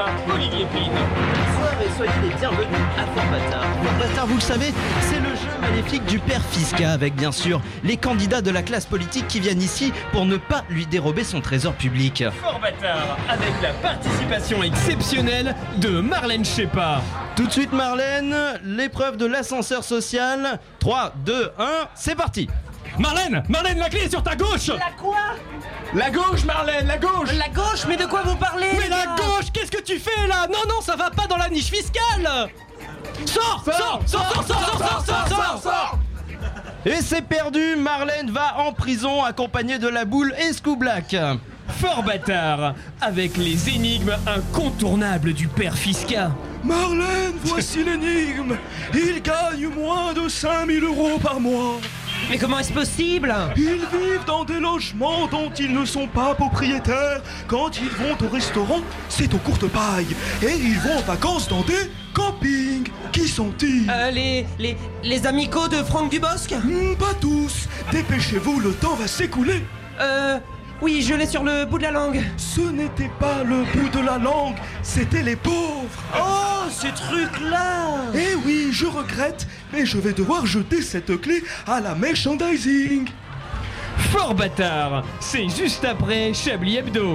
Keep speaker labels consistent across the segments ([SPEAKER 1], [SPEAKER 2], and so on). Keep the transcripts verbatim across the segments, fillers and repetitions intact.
[SPEAKER 1] Bonsoir, Olivier Pine.
[SPEAKER 2] Bonsoir et soyez les bienvenus à Fort Bâtard. Fort Bâtard, vous le savez, c'est le jeu maléfique du père Fisca, avec bien sûr les candidats de la classe politique qui viennent ici pour ne pas lui dérober son trésor public.
[SPEAKER 1] Fort Bâtard, avec la participation exceptionnelle de Marlène Schiappa.
[SPEAKER 2] Tout de suite Marlène, l'épreuve de l'ascenseur social. trois, deux, un, c'est parti.
[SPEAKER 1] Marlène, Marlène, la clé est sur ta gauche.
[SPEAKER 3] La quoi?
[SPEAKER 1] La gauche, Marlène, la gauche.
[SPEAKER 3] La gauche? Mais de quoi vous parlez?
[SPEAKER 1] Mais la gauche, qu'est-ce que tu fais là? Non, non, ça va pas dans la niche fiscale. Sors, sors, sors, sors, sors, sors, sors, sors, sors, sors.
[SPEAKER 2] Et c'est perdu, Marlène va en prison accompagnée de la boule et Scooblack.
[SPEAKER 1] Fort Bâtard, avec les énigmes incontournables du père Fisca.
[SPEAKER 4] Marlène, voici l'énigme. Il gagne moins de cinq mille euros par mois.
[SPEAKER 3] Mais comment est-ce possible?
[SPEAKER 4] Ils vivent dans des logements dont ils ne sont pas propriétaires. Quand ils vont au restaurant, c'est aux courtes pailles. Et ils vont en vacances dans des campings. Qui sont-ils?
[SPEAKER 3] Euh, les, les, les amicaux de Franck Dubosc?
[SPEAKER 4] Hmm, Pas tous. Dépêchez-vous, le temps va s'écouler.
[SPEAKER 3] Euh... Oui, je l'ai sur le bout de la langue.
[SPEAKER 4] Ce n'était pas le bout de la langue, c'était les pauvres.
[SPEAKER 3] Oh, ces trucs-là!
[SPEAKER 4] Eh oui, je regrette, mais je vais devoir jeter cette clé à la merchandising.
[SPEAKER 1] Fort Bâtard, c'est juste après Chablis Hebdo.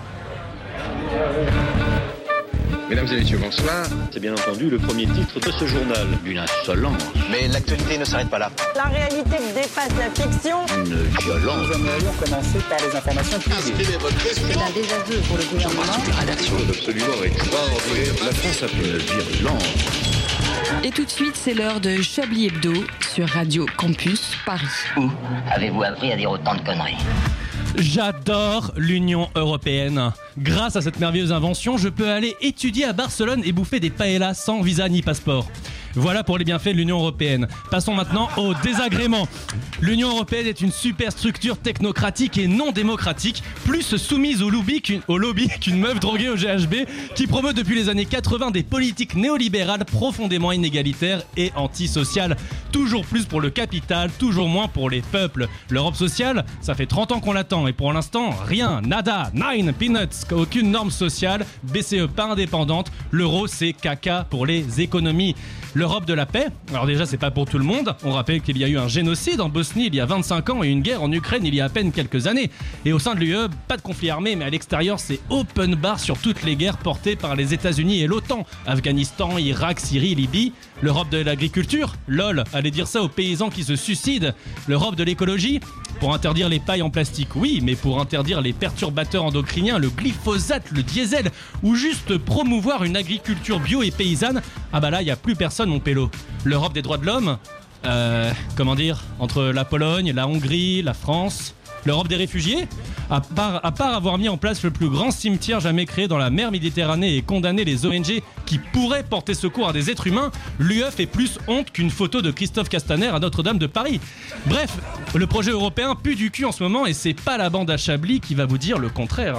[SPEAKER 5] Mesdames et messieurs, bonsoir.
[SPEAKER 6] C'est bien entendu le premier titre de ce journal.
[SPEAKER 5] Une insolence.
[SPEAKER 7] Mais l'actualité ne s'arrête pas là.
[SPEAKER 8] La réalité dépasse la fiction.
[SPEAKER 5] Une violence.
[SPEAKER 9] Nous aimerions commencer par les informations privées.
[SPEAKER 8] C'est un désaveu pour le gouvernement.
[SPEAKER 5] Une rédaction absolument extraordinaire. La France a fait une virulence.
[SPEAKER 10] Et tout de suite, c'est l'heure de Chablis Hebdo sur Radio Campus Paris.
[SPEAKER 7] Où avez-vous appris à dire autant de conneries?
[SPEAKER 1] J'adore l'Union Européenne. Grâce à cette merveilleuse invention, je peux aller étudier à Barcelone et bouffer des paellas sans visa ni passeport. Voilà pour les bienfaits de l'Union Européenne. Passons maintenant au désagrément. L'Union Européenne est une super structure technocratique et non démocratique, plus soumise au lobby qu'une, au lobby qu'une meuf droguée au G H B, qui promeut depuis les années quatre-vingts des politiques néolibérales profondément inégalitaires et antisociales. Toujours plus pour le capital, toujours moins pour les peuples. L'Europe sociale, ça fait trente ans qu'on l'attend et pour l'instant, rien, nada, nine, peanuts, aucune norme sociale, B C E pas indépendante, l'euro c'est caca pour les économies. L'Europe de la paix, alors déjà c'est pas pour tout le monde, on rappelle qu'il y a eu un génocide en Bosnie il y a vingt-cinq ans et une guerre en Ukraine il y a à peine quelques années. Et au sein de l'U E, pas de conflit armé, mais à l'extérieur c'est open bar sur toutes les guerres portées par les États-Unis et l'OTAN. Afghanistan, Irak, Syrie, Libye. L'Europe de l'agriculture, lol, allez dire ça aux paysans qui se suicident. L'Europe de l'écologie, pour interdire les pailles en plastique, oui, mais pour interdire les perturbateurs endocriniens, le glyphosate, le diesel, ou juste promouvoir une agriculture bio et paysanne, ah bah là, il n'y a plus personne, mon pélo. L'Europe des droits de l'homme, euh, comment dire, entre la Pologne, la Hongrie, la France... L'Europe des réfugiés, à part, à part avoir mis en place le plus grand cimetière jamais créé dans la mer Méditerranée et condamné les O N G qui pourraient porter secours à des êtres humains, l'U E fait plus honte qu'une photo de Christophe Castaner à Notre-Dame de Paris. Bref, le projet européen pue du cul en ce moment et c'est pas la bande à Chablis qui va vous dire le contraire.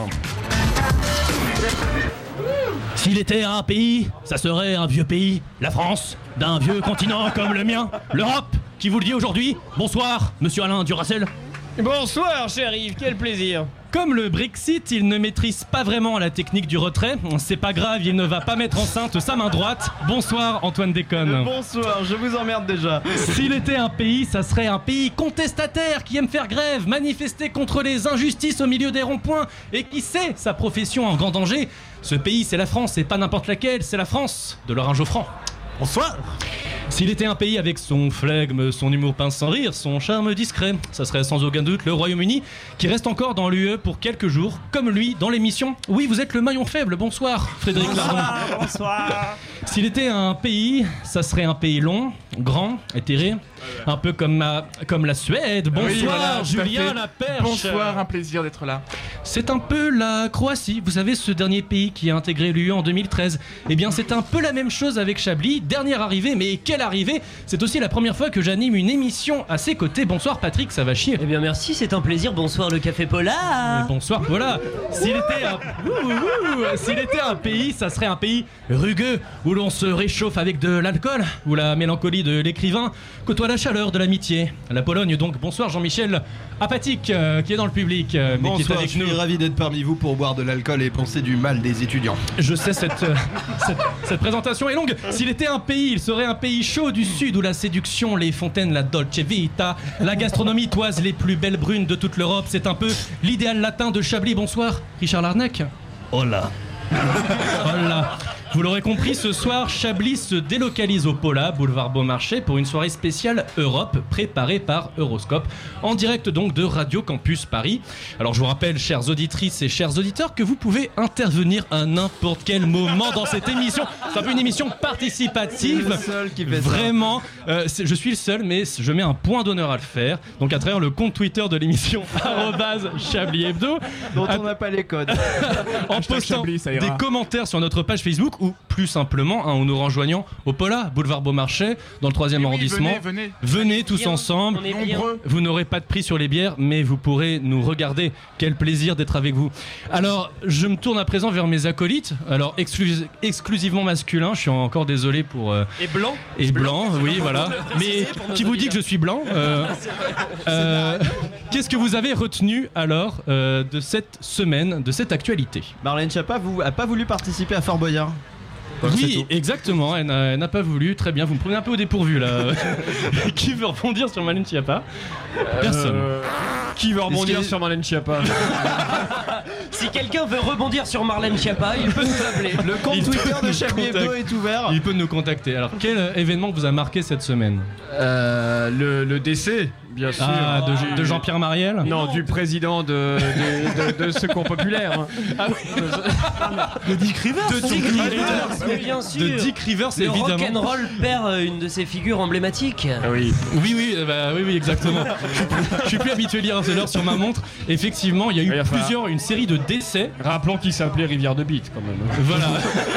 [SPEAKER 1] S'il était un pays, ça serait un vieux pays, la France, d'un vieux continent comme le mien, l'Europe, qui vous le dit aujourd'hui. Bonsoir, monsieur Alain Duracell.
[SPEAKER 11] Bonsoir, shérif, quel plaisir.
[SPEAKER 1] Comme le Brexit, il ne maîtrise pas vraiment la technique du retrait. C'est pas grave, il ne va pas mettre enceinte sa main droite. Bonsoir, Antoine Déconne.
[SPEAKER 2] Bonsoir, je vous emmerde déjà.
[SPEAKER 1] S'il était un pays, ça serait un pays contestataire qui aime faire grève, manifester contre les injustices au milieu des ronds-points et qui sait sa profession en grand danger. Ce pays, c'est la France, et pas n'importe laquelle, c'est la France de Laurent Geoffrand.
[SPEAKER 2] Bonsoir.
[SPEAKER 1] S'il était un pays avec son flegme, son humour pince sans rire, son charme discret, ça serait sans aucun doute le Royaume-Uni, qui reste encore dans l'U E pour quelques jours, comme lui dans l'émission. Oui, vous êtes le maillon faible, bonsoir Frédéric Lardon.
[SPEAKER 11] Bonsoir, bonsoir.
[SPEAKER 1] S'il était un pays, ça serait un pays long, grand, éthéré, un peu comme, ma, comme la Suède. Bonsoir
[SPEAKER 12] oui, voilà,
[SPEAKER 1] Julien Laperche.
[SPEAKER 12] Bonsoir, un plaisir d'être là.
[SPEAKER 1] C'est un peu la Croatie, vous savez, ce dernier pays qui a intégré l'U E en deux mille treize. Eh bien c'est un peu la même chose avec Chablis, dernière arrivée, mais quelle arrivée! C'est aussi la première fois que j'anime une émission à ses côtés. Bonsoir Patrick, ça va chier.
[SPEAKER 3] Eh bien merci, c'est un plaisir, bonsoir le Café Polar.
[SPEAKER 1] Et bonsoir Paula. S'il était, un... ouh, ouh, s'il était un pays, ça serait un pays rugueux, où l'on se réchauffe avec de l'alcool, où la mélancolie de l'écrivain côtoie la la chaleur, de l'amitié. La Pologne donc. Bonsoir Jean-Michel Apatique euh, qui est dans le public, euh, mais
[SPEAKER 12] Bonsoir,
[SPEAKER 1] qui est avec
[SPEAKER 12] je suis
[SPEAKER 1] nous.
[SPEAKER 12] ravi d'être parmi vous pour boire de l'alcool et penser du mal des étudiants.
[SPEAKER 1] Je sais, cette, euh, cette, cette présentation est longue. S'il était un pays, il serait un pays chaud du sud où la séduction, les fontaines, la dolce vita, la gastronomie toise les plus belles brunes de toute l'Europe. C'est un peu l'idéal latin de Chablis. Bonsoir Richard Larnac.
[SPEAKER 2] Hola.
[SPEAKER 1] Hola. Vous l'aurez compris, ce soir, Chablis se délocalise au Pola, boulevard Beaumarchais, pour une soirée spéciale Europe, préparée par Euroscope, en direct donc de Radio Campus Paris. Alors je vous rappelle, chères auditrices et chers auditeurs, que vous pouvez intervenir à n'importe quel moment dans cette émission. C'est un peu une émission participative.
[SPEAKER 12] Le seul qui fait
[SPEAKER 1] Vraiment, euh, c'est- je suis le seul, mais je mets un point d'honneur à le faire. Donc à travers le compte Twitter de l'émission, arobase Chablis Hebdo,
[SPEAKER 12] dont on n'a pas les codes.
[SPEAKER 1] en
[SPEAKER 11] Hashtag
[SPEAKER 1] postant
[SPEAKER 11] Chablis, ça ira.
[SPEAKER 1] des commentaires sur notre page Facebook ou plus simplement hein, en nous rejoignant au Pola, boulevard Beaumarchais, dans le troisième arrondissement.
[SPEAKER 11] venez,
[SPEAKER 1] Venez tous ensemble.
[SPEAKER 3] On est bien.
[SPEAKER 1] Vous n'aurez pas de prix sur les bières, mais vous pourrez nous regarder. Quel plaisir d'être avec vous. Alors, je me tourne à présent vers mes acolytes. Alors, exclu- exclusivement masculin. Je suis encore désolé pour. euh,
[SPEAKER 3] Et blanc.
[SPEAKER 1] et blanc, oui, voilà. Mais qui vous dit que je suis blanc euh, euh, Qu'est-ce que vous avez retenu alors euh, de cette semaine, de cette actualité?
[SPEAKER 2] Marlène Schiappa vous, a pas voulu participer à Fort Boyard.
[SPEAKER 1] Oui, exactement, elle n'a, elle n'a pas voulu. Très bien, vous me prenez un peu au dépourvu là. Qui veut rebondir sur Marlène Schiappa? Personne.
[SPEAKER 11] Euh, Qui veut rebondir
[SPEAKER 2] Est-ce que-
[SPEAKER 11] sur Marlène Schiappa?
[SPEAKER 3] Si quelqu'un veut rebondir sur Marlène Schiappa, il peut nous appeler.
[SPEAKER 2] Le compte
[SPEAKER 1] Il peut
[SPEAKER 2] Twitter de
[SPEAKER 1] nous
[SPEAKER 2] Chablis Hebdo
[SPEAKER 1] contacter.
[SPEAKER 2] est ouvert.
[SPEAKER 1] Il peut nous contacter. Alors, quel euh, événement vous a marqué cette semaine?
[SPEAKER 11] Euh, le, le décès, bien sûr.
[SPEAKER 1] Ah, de,
[SPEAKER 11] Du-
[SPEAKER 1] de Jean-Pierre Mariel?
[SPEAKER 11] Non, du président de, de, de, de Secours Populaire. hein.
[SPEAKER 4] De Dick Rivers.
[SPEAKER 3] De Dick Rivers, mais bien sûr.
[SPEAKER 1] De Dick Rivers,
[SPEAKER 3] Le
[SPEAKER 1] évidemment.
[SPEAKER 3] rock'n'roll perd euh, une de ses figures emblématiques.
[SPEAKER 11] Ah oui.
[SPEAKER 1] Oui, oui, euh, bah, oui, oui, exactement. je, suis plus, je suis plus habitué à lire l'heure sur ma montre. Effectivement, il y a eu
[SPEAKER 11] Il va falloir-
[SPEAKER 1] plusieurs, une série de décès.
[SPEAKER 11] Rappelons qu'il s'appelait Rivière de Bite quand même.
[SPEAKER 1] Voilà.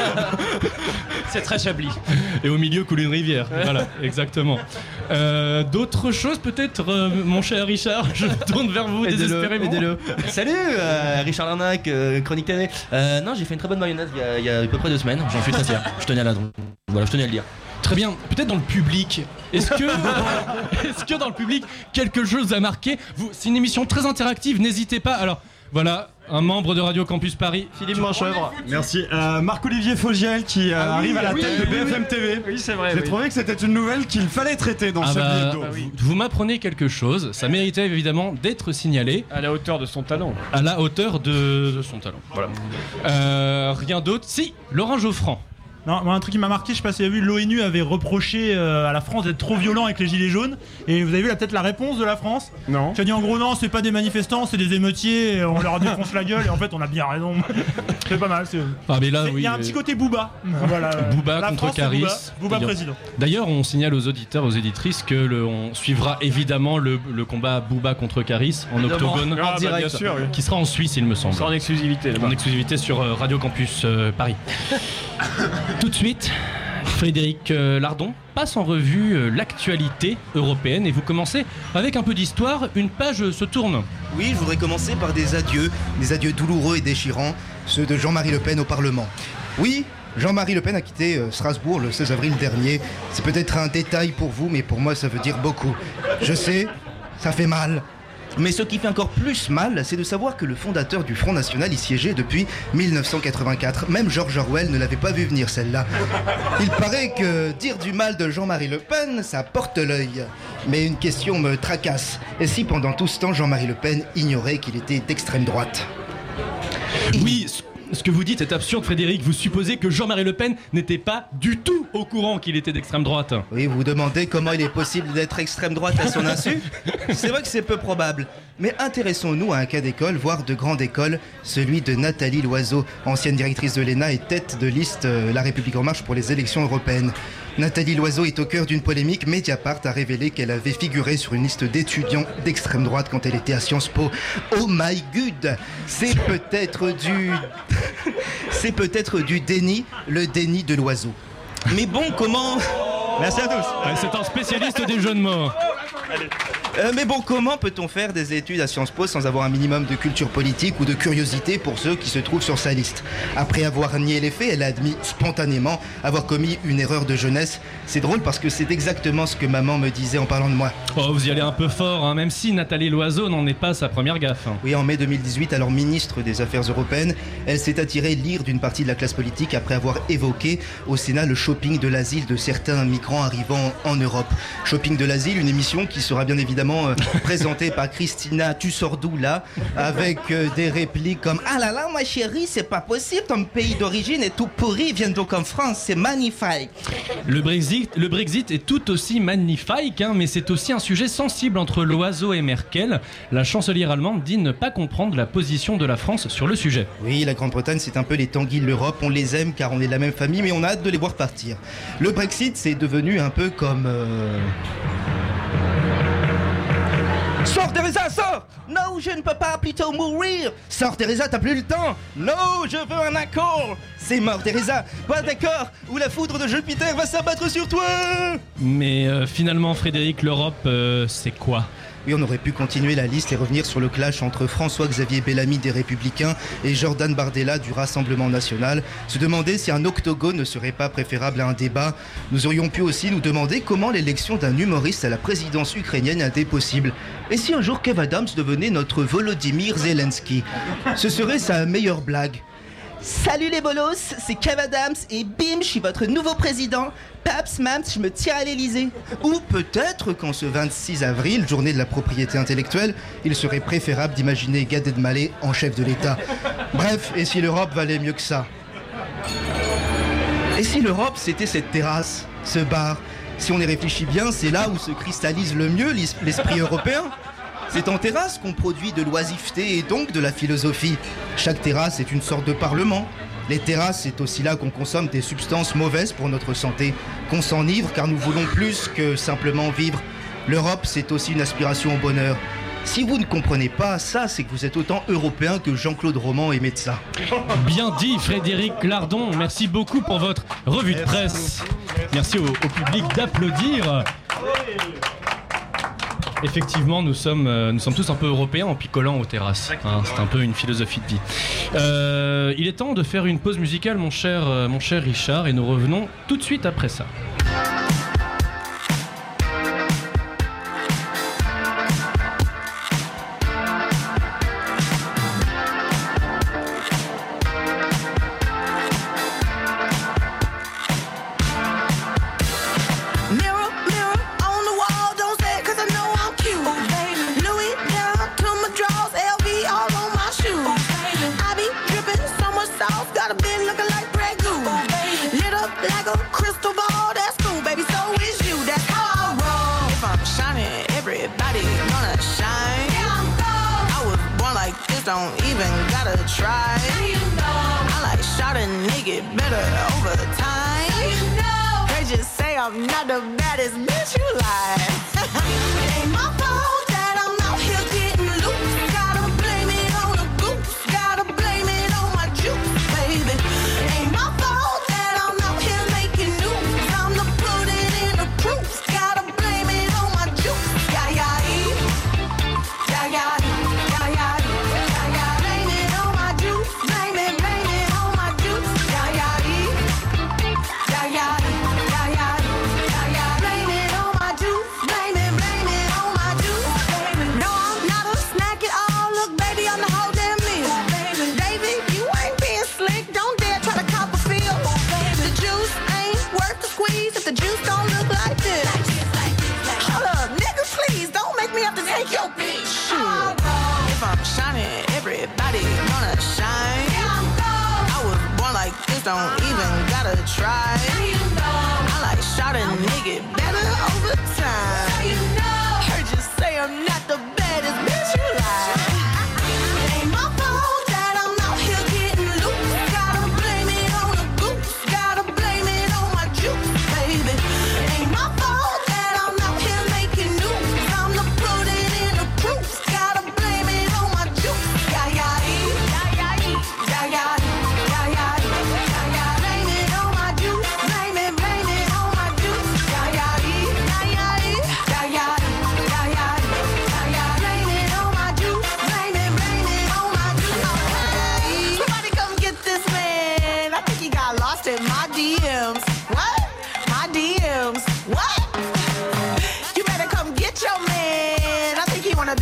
[SPEAKER 3] C'est très Chablis.
[SPEAKER 1] Et au milieu coule une rivière. Voilà, exactement. Euh, D'autres choses peut-être, euh, mon cher Richard? Je me tourne vers vous désespérément.
[SPEAKER 2] Aidez-le. Salut, euh, Richard Larnac, euh, Chronique T V. Euh, non, j'ai fait une très bonne mayonnaise il y a, il y a à peu près deux semaines. J'en suis très fier. Je tenais à la Voilà, je tenais à le dire.
[SPEAKER 1] Très bien. Peut-être dans le public. Est-ce que, est-ce que dans le public quelque chose a marqué vous, c'est une émission très interactive. N'hésitez pas. Alors voilà, un membre de Radio Campus Paris.
[SPEAKER 2] Philippe Manchevre.
[SPEAKER 13] Merci. Euh, Marc-Olivier Fogiel qui euh,
[SPEAKER 11] Ah oui,
[SPEAKER 13] arrive à la
[SPEAKER 11] oui,
[SPEAKER 13] tête
[SPEAKER 11] oui,
[SPEAKER 13] de
[SPEAKER 11] oui,
[SPEAKER 13] B F M T V.
[SPEAKER 11] Oui, c'est vrai.
[SPEAKER 13] J'ai
[SPEAKER 11] oui.
[SPEAKER 13] trouvé que c'était une nouvelle qu'il fallait traiter dans
[SPEAKER 1] Ah
[SPEAKER 13] Chablis
[SPEAKER 1] bah,
[SPEAKER 13] Hebdo.
[SPEAKER 1] vous, vous m'apprenez quelque chose. Ça méritait évidemment d'être signalé
[SPEAKER 11] À la hauteur de son talent.
[SPEAKER 1] à la hauteur de, de son talent. Voilà. Euh, rien d'autre. Si, Laurent Geoffrand.
[SPEAKER 14] Non, moi un truc qui m'a marqué, je sais pas si vous avez vu, l'ONU avait reproché euh, à la France d'être trop violent avec les gilets jaunes. Et vous avez vu là, peut-être la réponse de la France
[SPEAKER 11] Non.
[SPEAKER 14] qui a dit en gros non, c'est pas des manifestants, c'est des émeutiers, et on leur défonce la gueule et en fait on a bien raison. C'est pas mal. c'est-
[SPEAKER 1] Ah mais là,
[SPEAKER 14] c'est- Il
[SPEAKER 1] oui.
[SPEAKER 14] y a un petit côté Booba. Voilà.
[SPEAKER 1] Booba
[SPEAKER 14] La
[SPEAKER 1] contre
[SPEAKER 14] France, c'est
[SPEAKER 1] Caris.
[SPEAKER 14] Booba, Booba
[SPEAKER 1] D'ailleurs-
[SPEAKER 14] président.
[SPEAKER 1] D'ailleurs, on signale aux auditeurs, aux éditrices que le, on suivra évidemment le, le combat Booba contre Caris en octogone,
[SPEAKER 11] Ah, bah,
[SPEAKER 2] direct.
[SPEAKER 11] bien sûr. Oui.
[SPEAKER 1] qui sera en Suisse, il me semble.
[SPEAKER 11] C'est en exclusivité là-bas.
[SPEAKER 1] En exclusivité sur euh, Radio Campus euh, Paris. Tout de suite, Frédéric euh, Lardon passe en revue euh, l'actualité européenne et vous commencez avec un peu d'histoire. Une page se tourne.
[SPEAKER 15] Oui, je voudrais commencer par des adieux, des adieux douloureux et déchirants, ceux de Jean-Marie Le Pen au Parlement. Oui, Jean-Marie Le Pen a quitté euh, Strasbourg le seize avril dernier. C'est peut-être un détail pour vous, mais pour moi ça veut dire beaucoup. Je sais, ça fait mal. Mais ce qui fait encore plus mal, c'est de savoir que le fondateur du Front National y siégeait depuis mille neuf cent quatre-vingt-quatre. Même George Orwell ne l'avait pas vu venir, celle-là. Il paraît que dire du mal de Jean-Marie Le Pen, ça porte l'œil. Mais une question me tracasse. Et si pendant tout ce temps, Jean-Marie Le Pen ignorait qu'il était d'extrême droite?
[SPEAKER 1] Oui, ce- ce que vous dites est absurde, Frédéric. Vous supposez que Jean-Marie Le Pen n'était pas du tout au courant qu'il était d'extrême droite.
[SPEAKER 15] Oui, vous vous demandez comment il est possible d'être extrême droite à son insu? C'est vrai que c'est peu probable. Mais intéressons-nous à un cas d'école, voire de grande école, celui de Nathalie Loiseau, ancienne directrice de l'E N A et tête de liste euh, La République En Marche pour les élections européennes. Nathalie Loiseau est au cœur d'une polémique. Mediapart a révélé qu'elle avait figuré sur une liste d'étudiants d'extrême droite quand elle était à Sciences Po. Oh my god! C'est peut-être du... C'est peut-être du déni, le déni de Loiseau. Mais bon, comment... Merci à tous.
[SPEAKER 1] Ouais, c'est un spécialiste des jeux de mots.
[SPEAKER 15] Euh, mais bon, comment peut-on faire des études à Sciences Po sans avoir un minimum de culture politique ou de curiosité pour ceux qui se trouvent sur sa liste? Après avoir nié les faits, elle a admis spontanément avoir commis une erreur de jeunesse. C'est drôle parce que c'est exactement ce que maman me disait en parlant de moi.
[SPEAKER 1] Oh, vous y allez un peu fort, hein, même si Nathalie Loiseau n'en est pas sa première gaffe.
[SPEAKER 15] Oui, en mai deux mille dix-huit, alors ministre des Affaires européennes, elle s'est attirée l'ire d'une partie de la classe politique après avoir évoqué au Sénat le shopping de l'asile de certains migrants arrivant en Europe. Shopping de l'asile, une émission qui sera bien évidemment euh, présentée par Christina Tussordou-là, avec euh, des répliques comme « Ah là là, ma chérie, c'est pas possible, ton pays d'origine est tout pourri, viens donc en France, c'est magnifique !»
[SPEAKER 1] Le Brexit, le Brexit est tout aussi magnifique, hein, mais c'est aussi un sujet sensible entre Loiseau et Merkel. La chancelière allemande dit ne pas comprendre la position de la France sur le sujet.
[SPEAKER 15] Oui, la Grande-Bretagne, c'est un peu les Tanguy de l'Europe, on les aime car on est de la même famille, mais on a hâte de les voir partir. Le Brexit, c'est devenu un peu comme... Euh... Sors Teresa, sors! Non, je ne peux pas plutôt mourir! Sors Teresa, t'as plus le temps! Non, je veux un accord! C'est mort Teresa, pas d'accord, ou la foudre de Jupiter va s'abattre sur toi!
[SPEAKER 1] Mais euh, finalement, Frédéric, l'Europe, euh, c'est quoi?
[SPEAKER 15] Oui, on aurait pu continuer la liste et revenir sur le clash entre François-Xavier Bellamy des Républicains et Jordan Bardella du Rassemblement National. Se demander si un octogone ne serait pas préférable à un débat. Nous aurions pu aussi nous demander comment l'élection d'un humoriste à la présidence ukrainienne était possible. Et si un jour Kev Adams devenait notre Volodymyr Zelensky? Ce serait sa meilleure blague. Salut les bolos, c'est Kev Adams et bim, je suis votre nouveau président. Paps, mams, je me tire à l'Elysée. Ou peut-être qu'en ce vingt-six avril, journée de la propriété intellectuelle, il serait préférable d'imaginer Gad Elmaleh en chef de l'État. Bref, et si l'Europe valait mieux que ça? Et si l'Europe, c'était cette terrasse, ce bar? Si on y réfléchit bien, c'est là où se cristallise le mieux l'esprit européen. C'est en terrasse qu'on produit de l'oisiveté et donc de la philosophie. Chaque terrasse est une sorte de parlement. Les terrasses, c'est aussi là qu'on consomme des substances mauvaises pour notre santé, qu'on s'enivre car nous voulons plus que simplement vivre. L'Europe, c'est aussi une aspiration au bonheur. Si vous ne comprenez pas ça, c'est que vous êtes autant européen que Jean-Claude Roman et médecin.
[SPEAKER 1] Bien dit, Frédéric Lardon. Merci beaucoup pour votre revue de presse. Merci au, au public d'applaudir. Effectivement, nous sommes, euh, nous sommes tous un peu européens en picolant aux terrasses. Hein, c'est un peu une philosophie de vie. Euh, il est temps de faire une pause musicale, mon cher, euh, mon cher Richard, et nous revenons tout de suite après ça.
[SPEAKER 16] Don't even gotta try. You know. I like shot a nigga better over time. You know. They just say I'm not the baddest bitch you like. It ain't my fault that I'm out here getting loose. Gotta blame it on the goose. Gotta blame it on my juice, baby. It ain't my fault that I'm out here making news. I'm the put it in the proof. Gotta blame it on my juice. Yeah, yeah, yeah, yeah. Everybody gonna shine. I was born like this, don't even gotta try. I like shot a nigga better over time. Heard you say I'm not the baddest bitch you like. It ain't my fault that I'm out here getting loose. Gotta blame it on the goose. Gotta blame it on my juice, baby. It ain't my fault that I'm out here making news. I'm the put it in the proof. Gotta blame it on my juice. Yeah, yeah, yeah, yeah, yeah, yeah, yeah, yeah, yeah. Blame it on my juice. Blame it, blame it on my juice. Yeah, yeah, yeah, yeah, yeah.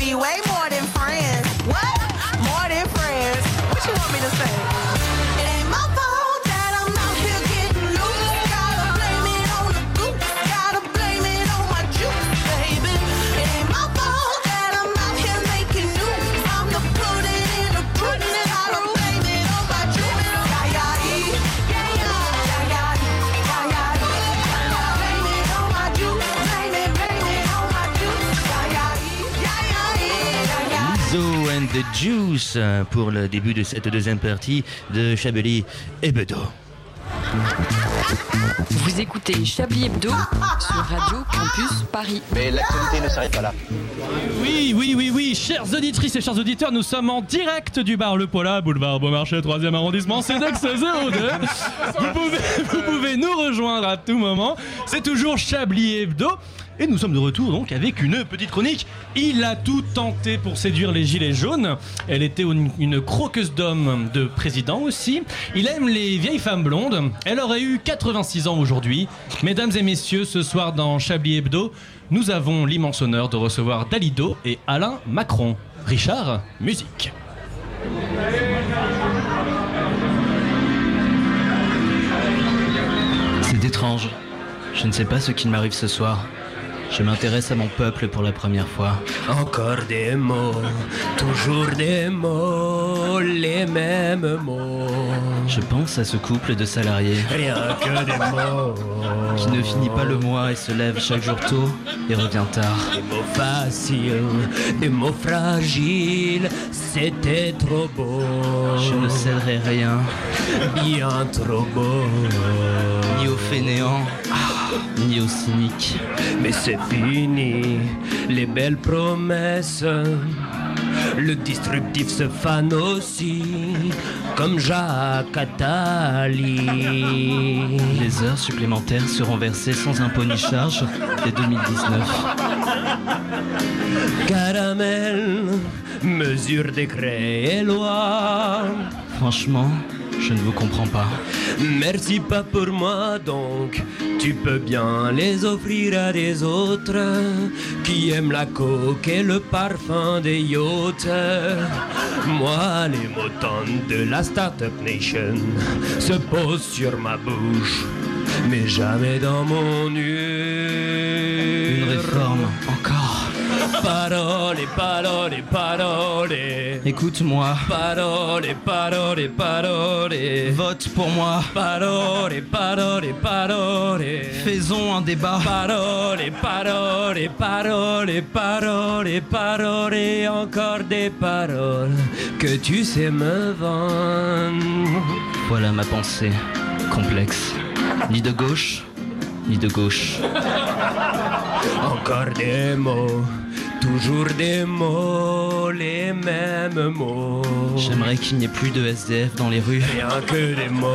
[SPEAKER 16] be way more than friends. What? More than friends. What you want me to say? It ain't my fault that I'm out here getting loose. Gotta blame it on the goose. Gotta blame it on my juice, baby. It ain't my fault that I'm out here making news. I'm the pudding in the pudding. Gotta blame it on my juice. Yeah, yeah, yeah, yeah, yeah, yeah, yeah, yeah. Blame it on my juice. Blame it, blame it on my juice. Yeah, yeah, yeah, yeah, yeah, yeah.
[SPEAKER 2] Lizzo and the Juice pour le début de cette deuxième partie de Chablis Hebdo.
[SPEAKER 10] Vous écoutez Chablis Hebdo sur Radio Campus Paris.
[SPEAKER 7] Mais l'actualité ne s'arrête pas là.
[SPEAKER 1] Oui, oui, oui, oui, chères auditrices et chers auditeurs, nous sommes en direct du bar Le Pola, boulevard Beaumarchais, troisième arrondissement, C E D E X zéro deux. Vous pouvez, vous pouvez nous rejoindre à tout moment. C'est toujours Chablis Hebdo. Et nous sommes de retour donc avec une petite chronique. Il a tout tenté pour séduire les gilets jaunes. Elle était une, une croqueuse d'hommes de président aussi. Il aime les vieilles femmes blondes. Elle aurait eu quatre-vingt-six ans aujourd'hui. Mesdames et messieurs, ce soir dans Chablis Hebdo, nous avons l'immense honneur de recevoir Dalido et Alain Macron. Richard, musique.
[SPEAKER 2] C'est étrange. Je ne sais pas ce qu'il m'arrive ce soir. Je m'intéresse à mon peuple pour la première fois.
[SPEAKER 3] Encore des mots, toujours des mots, les mêmes mots.
[SPEAKER 2] Je pense à ce couple de salariés.
[SPEAKER 3] Rien que des mots.
[SPEAKER 2] Qui ne finit pas le mois et se lève chaque jour tôt et revient tard.
[SPEAKER 3] Des mots faciles, des mots fragiles, c'était trop beau.
[SPEAKER 2] Je ne céderai rien.
[SPEAKER 3] Bien trop beau.
[SPEAKER 2] Ni aux fainéants, ni aux cyniques.
[SPEAKER 3] Mais c'est fini, les belles promesses. Le disruptif se fane aussi, comme Jacques Attali.
[SPEAKER 2] Les heures supplémentaires seront versées sans impôt ni charge dès deux mille dix-neuf.
[SPEAKER 3] Caramel, mesure, décret et loi.
[SPEAKER 2] Franchement, je ne vous comprends pas.
[SPEAKER 3] Merci pas pour moi donc. Tu peux bien les offrir à des autres qui aiment la coke et le parfum des yachts. Moi, les motants de la Startup Nation se posent sur ma bouche, mais jamais dans mon ur.
[SPEAKER 2] Une réforme, encore.
[SPEAKER 3] Parole, parole, parole.
[SPEAKER 2] Écoute-moi.
[SPEAKER 3] Parole, parole, parole.
[SPEAKER 2] Vote pour moi.
[SPEAKER 3] Parole, parole, parole.
[SPEAKER 2] Faisons un débat.
[SPEAKER 3] Parole, parole, parole, parole, parole. Encore des paroles que tu sais me vendre.
[SPEAKER 2] Voilà ma pensée, complexe. Ni de gauche, ni de gauche.
[SPEAKER 3] Encore des mots, toujours des mots, les mêmes mots.
[SPEAKER 2] J'aimerais qu'il n'y ait plus de S D F dans les rues.
[SPEAKER 3] Rien que des mots.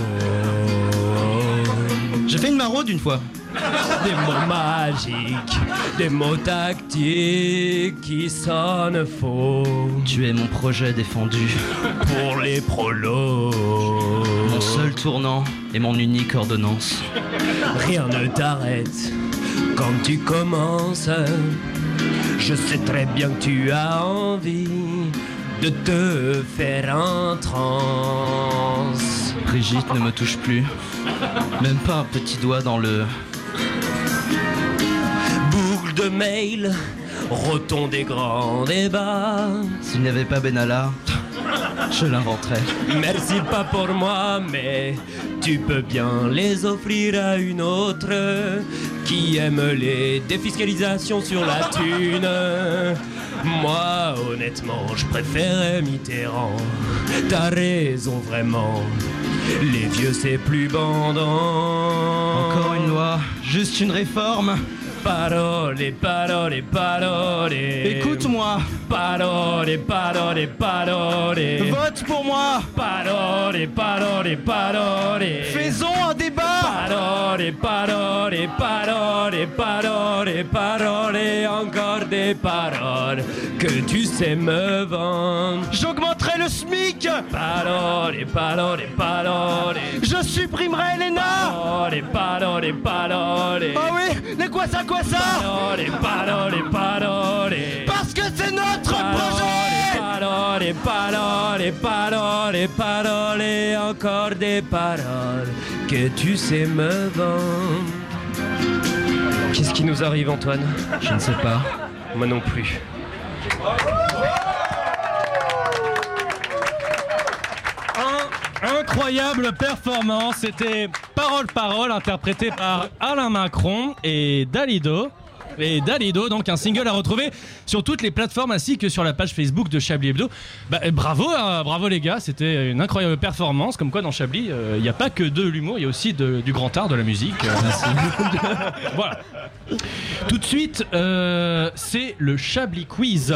[SPEAKER 2] J'ai fait une maraude une fois.
[SPEAKER 3] Des mots magiques, des mots tactiques qui sonnent faux.
[SPEAKER 2] Tu es mon projet défendu.
[SPEAKER 3] Pour les prolos.
[SPEAKER 2] Mon seul tournant et mon unique ordonnance.
[SPEAKER 3] Rien ne t'arrête quand tu commences. Je sais très bien que tu as envie de te faire en transe.
[SPEAKER 2] Brigitte ne me touche plus. Même pas un petit doigt dans le...
[SPEAKER 3] Boucle de mail, roton des grands débats.
[SPEAKER 2] S'il n'y avait pas Benalla, je l'inventerais.
[SPEAKER 3] Merci pas pour moi, mais tu peux bien les offrir à une autre qui aime les défiscalisations sur la thune. Moi, honnêtement, je préférais Mitterrand. T'as raison, vraiment. Les vieux, c'est plus bandant.
[SPEAKER 2] Encore une loi, juste une réforme.
[SPEAKER 3] Parole, parole, parole.
[SPEAKER 2] Écoute-moi.
[SPEAKER 3] Parole, parole, parole.
[SPEAKER 2] Vote pour moi.
[SPEAKER 3] Parole, parole, parole.
[SPEAKER 2] Faisons un débat.
[SPEAKER 3] Parole, parole, parole, parole, parole. Encore des paroles que tu sais me vendre.
[SPEAKER 2] J'augmenterai le SMIC.
[SPEAKER 3] Parole, parole, parole.
[SPEAKER 2] Je supprimerai l'E N A.
[SPEAKER 3] Parole, parole, parole.
[SPEAKER 2] Ah oui, mais quoi ça, quoi ça?
[SPEAKER 3] Parole, parole, parole.
[SPEAKER 2] Parce que c'est notre projet.
[SPEAKER 3] Parole, parole, parole, parole, et encore des paroles que tu sais me vendre. Qu'est-ce qui nous arrive, Antoine?
[SPEAKER 2] Je ne sais pas.
[SPEAKER 3] Moi non plus.
[SPEAKER 1] Un, incroyable performance, c'était Parole Parole interprété par Alain Macron et Dalido. Et Dalido, donc un single à retrouver sur toutes les plateformes ainsi que sur la page Facebook de Chablis Hebdo. Bah, bravo, hein, bravo les gars, c'était une incroyable performance. Comme quoi dans Chablis, il euh, n'y a pas que de l'humour, il y a aussi de, du grand art, de la musique. Euh, voilà. Tout de suite, euh, c'est le Chablis Quiz.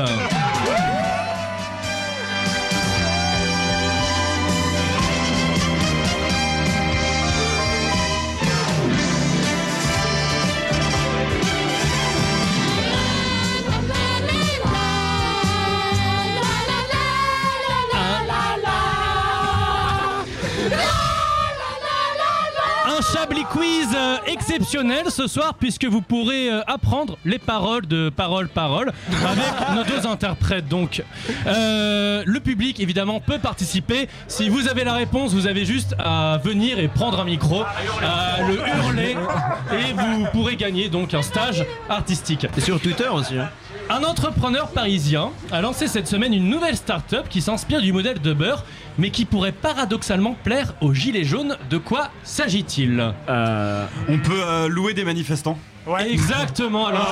[SPEAKER 1] Chablis Quiz euh, exceptionnel ce soir puisque vous pourrez euh, apprendre les paroles de Parole Parole avec nos deux interprètes. Donc euh, le public évidemment peut participer. Si vous avez la réponse, vous avez juste à venir et prendre un micro, à le hurler et vous pourrez gagner donc un stage artistique.
[SPEAKER 2] Et sur Twitter aussi hein.
[SPEAKER 1] Un entrepreneur parisien a lancé cette semaine une nouvelle start-up qui s'inspire du modèle de Uber, mais qui pourrait paradoxalement plaire aux gilets jaunes. De quoi s'agit-il?
[SPEAKER 13] euh, On peut euh, louer des manifestants.
[SPEAKER 1] Ouais. Exactement. Alors,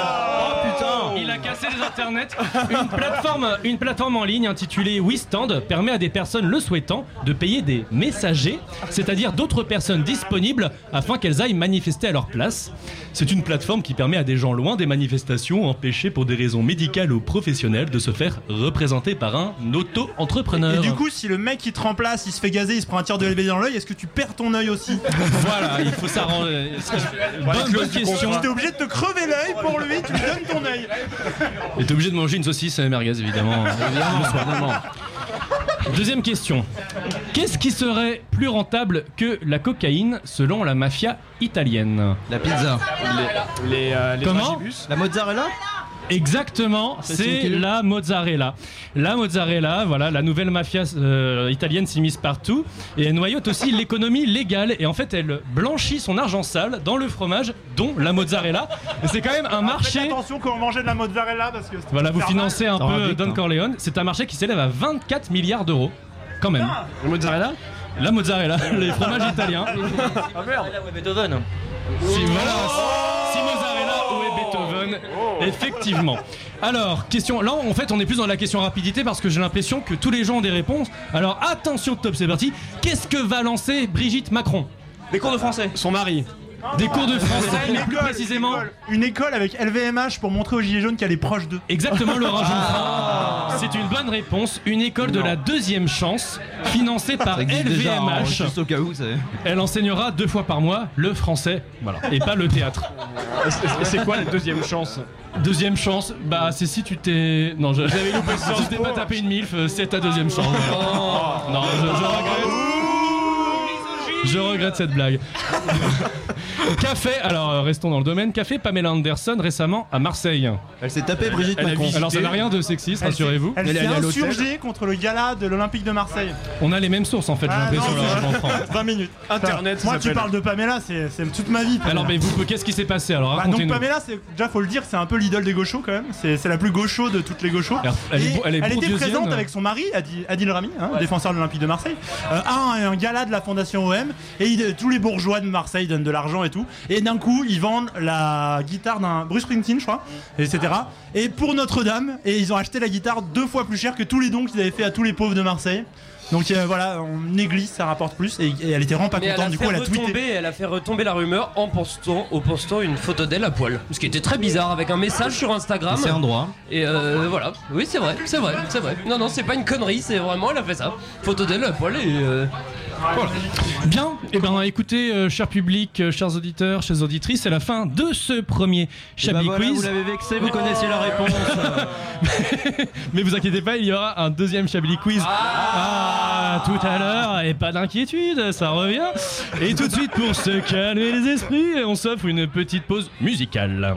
[SPEAKER 1] oh putain, il a cassé les internets. Une plateforme, une plateforme en ligne intitulée WeStand permet à des personnes le souhaitant de payer des messagers, c'est-à-dire d'autres personnes disponibles afin qu'elles aillent manifester à leur place. C'est une plateforme qui permet à des gens loin des manifestations, empêchés pour des raisons médicales ou professionnelles, de se faire représenter par un auto-entrepreneur.
[SPEAKER 14] Et, et du coup, si le mec qui te remplace, il se fait gazer, il se prend un tir de L B D dans l'œil, est-ce que tu perds ton œil aussi?
[SPEAKER 1] Voilà, il faut s'arranger. Bonne, bonne question.
[SPEAKER 14] Si t'es obligé de te crever l'œil pour lui, tu lui donnes ton œil.
[SPEAKER 1] Et t'es obligé de manger une saucisse merguez, évidemment. Évidemment. Deuxième question. Qu'est-ce qui serait plus rentable que la cocaïne selon la mafia italienne?
[SPEAKER 2] La pizza.
[SPEAKER 13] Les, les, euh, les
[SPEAKER 1] Comment?
[SPEAKER 2] Dragibus. La mozzarella.
[SPEAKER 1] Exactement, c'est la mozzarella. La mozzarella, voilà, la nouvelle mafia euh, italienne s'immisce partout et elle noyote aussi l'économie légale. Et en fait, elle blanchit son argent sale dans le fromage, dont la mozzarella. Et c'est quand même un marché.
[SPEAKER 14] Faites attention quand on mangeait de la mozzarella parce que.
[SPEAKER 1] Voilà, vous financez un
[SPEAKER 2] Ça
[SPEAKER 1] peu
[SPEAKER 2] vite,
[SPEAKER 1] Don
[SPEAKER 2] hein.
[SPEAKER 1] Corleone. C'est un marché qui s'élève à vingt-quatre milliards d'euros, quand même.
[SPEAKER 13] La mozzarella.
[SPEAKER 1] La mozzarella, les fromages italiens.
[SPEAKER 2] Ah merde. Beethoven.
[SPEAKER 1] Si, voilà, si mozzarella, où est Beethoven? Effectivement. Alors, question. Là, en fait, on est plus dans la question rapidité parce que j'ai l'impression que tous les gens ont des réponses. Alors, attention, top, c'est parti. Qu'est-ce que va lancer Brigitte Macron?
[SPEAKER 2] Des cours de français.
[SPEAKER 13] Son mari.
[SPEAKER 1] Des cours de français, mais plus
[SPEAKER 14] école,
[SPEAKER 1] précisément.
[SPEAKER 14] Une école, une école avec L V M H pour montrer aux gilets jaunes qu'elle est proche d'eux.
[SPEAKER 1] Exactement, Laurent Geoffrin. C'est une bonne réponse. Une école de la deuxième chance, financée par L V M H.
[SPEAKER 2] Juste au cas où, c'est.
[SPEAKER 1] Elle enseignera deux fois par mois le français, voilà, et pas le théâtre.
[SPEAKER 13] Et c'est quoi la deuxième chance?
[SPEAKER 1] Deuxième chance, bah c'est si tu t'es. Non, je- j'avais loupé ça. Si tu t'es pas tapé une milf, euh, c'est ta deuxième chance. Non, je, je regrette. Je regrette cette blague. Qu'a fait, alors euh, restons dans le domaine, qu'a fait Pamela Anderson récemment à Marseille?
[SPEAKER 2] Elle s'est tapée Brigitte
[SPEAKER 13] Elle a
[SPEAKER 2] Macron.
[SPEAKER 13] visité-
[SPEAKER 1] Alors ça n'a rien de sexiste,
[SPEAKER 14] Elle
[SPEAKER 1] rassurez-vous.
[SPEAKER 14] s'est- Elle
[SPEAKER 13] Elle est
[SPEAKER 14] s'est
[SPEAKER 13] allée à l'hôtel.
[SPEAKER 14] insurgée contre le gala de l'Olympique de Marseille.
[SPEAKER 1] On a les mêmes sources en fait, j'ai
[SPEAKER 14] Ah,
[SPEAKER 1] l'impression,
[SPEAKER 14] non,
[SPEAKER 1] là,
[SPEAKER 14] c'est-
[SPEAKER 1] je comprends.
[SPEAKER 14] vingt minutes.
[SPEAKER 13] Internet, ça
[SPEAKER 14] Moi, tu
[SPEAKER 13] s'appelle.
[SPEAKER 14] parles de Pamela, c'est c'est toute ma vie. Pamela.
[SPEAKER 1] Alors, mais vous, qu'est-ce qui s'est passé? Alors,
[SPEAKER 14] Bah, donc
[SPEAKER 1] racontez-nous.
[SPEAKER 14] Pamela, c'est déjà faut le dire, c'est un peu l'idole des gauchos quand même. C'est c'est la plus gaucho de toutes les gauchos.
[SPEAKER 1] Alors, elle est
[SPEAKER 14] Et
[SPEAKER 1] beau- elle est
[SPEAKER 14] était
[SPEAKER 1] bourdieusienne.
[SPEAKER 14] présente avec son mari, Adi- Adil Rami, hein, défenseur de l'Olympique de Marseille, euh, à un, un gala de la Fondation O M. Et il- tous les bourgeois de Marseille donnent de l'argent et tout. Et d'un coup, ils vendent la guitare d'un Bruce Springsteen, je crois, et cetera. Et pour Notre-Dame, et ils ont acheté la guitare deux fois plus cher que tous les dons qu'ils avaient fait à tous les pauvres de Marseille. Donc euh, voilà, en église, ça rapporte plus. Et, et elle était vraiment pas
[SPEAKER 3] Mais elle
[SPEAKER 14] contente.
[SPEAKER 3] a,
[SPEAKER 14] Du
[SPEAKER 3] fait
[SPEAKER 14] coup, elle a
[SPEAKER 3] retomber,
[SPEAKER 14] tweeté.
[SPEAKER 3] elle a fait retomber la rumeur en postant, en postant une photo d'elle à poil. Ce qui était très bizarre, avec un message sur Instagram.
[SPEAKER 2] C'est un droit.
[SPEAKER 3] Et euh, voilà, oui c'est vrai, c'est vrai, c'est vrai. Non, non, c'est pas une connerie, c'est vraiment, elle a fait ça. Photo d'elle à poil et... Euh...
[SPEAKER 1] Voilà. Bien, et eh ben écoutez, euh, cher public, euh, chers auditeurs, chères auditrices, c'est la fin de ce premier Chablis
[SPEAKER 2] bah voilà,
[SPEAKER 1] Quiz.
[SPEAKER 2] vous l'avez vexé, vous connaissiez la réponse.
[SPEAKER 1] Mais vous inquiétez pas, il y aura un deuxième Chablis Quiz ah, ah, tout à l'heure, et pas d'inquiétude, ça revient. Et tout de suite, pour se calmer les esprits, on s'offre une petite pause musicale.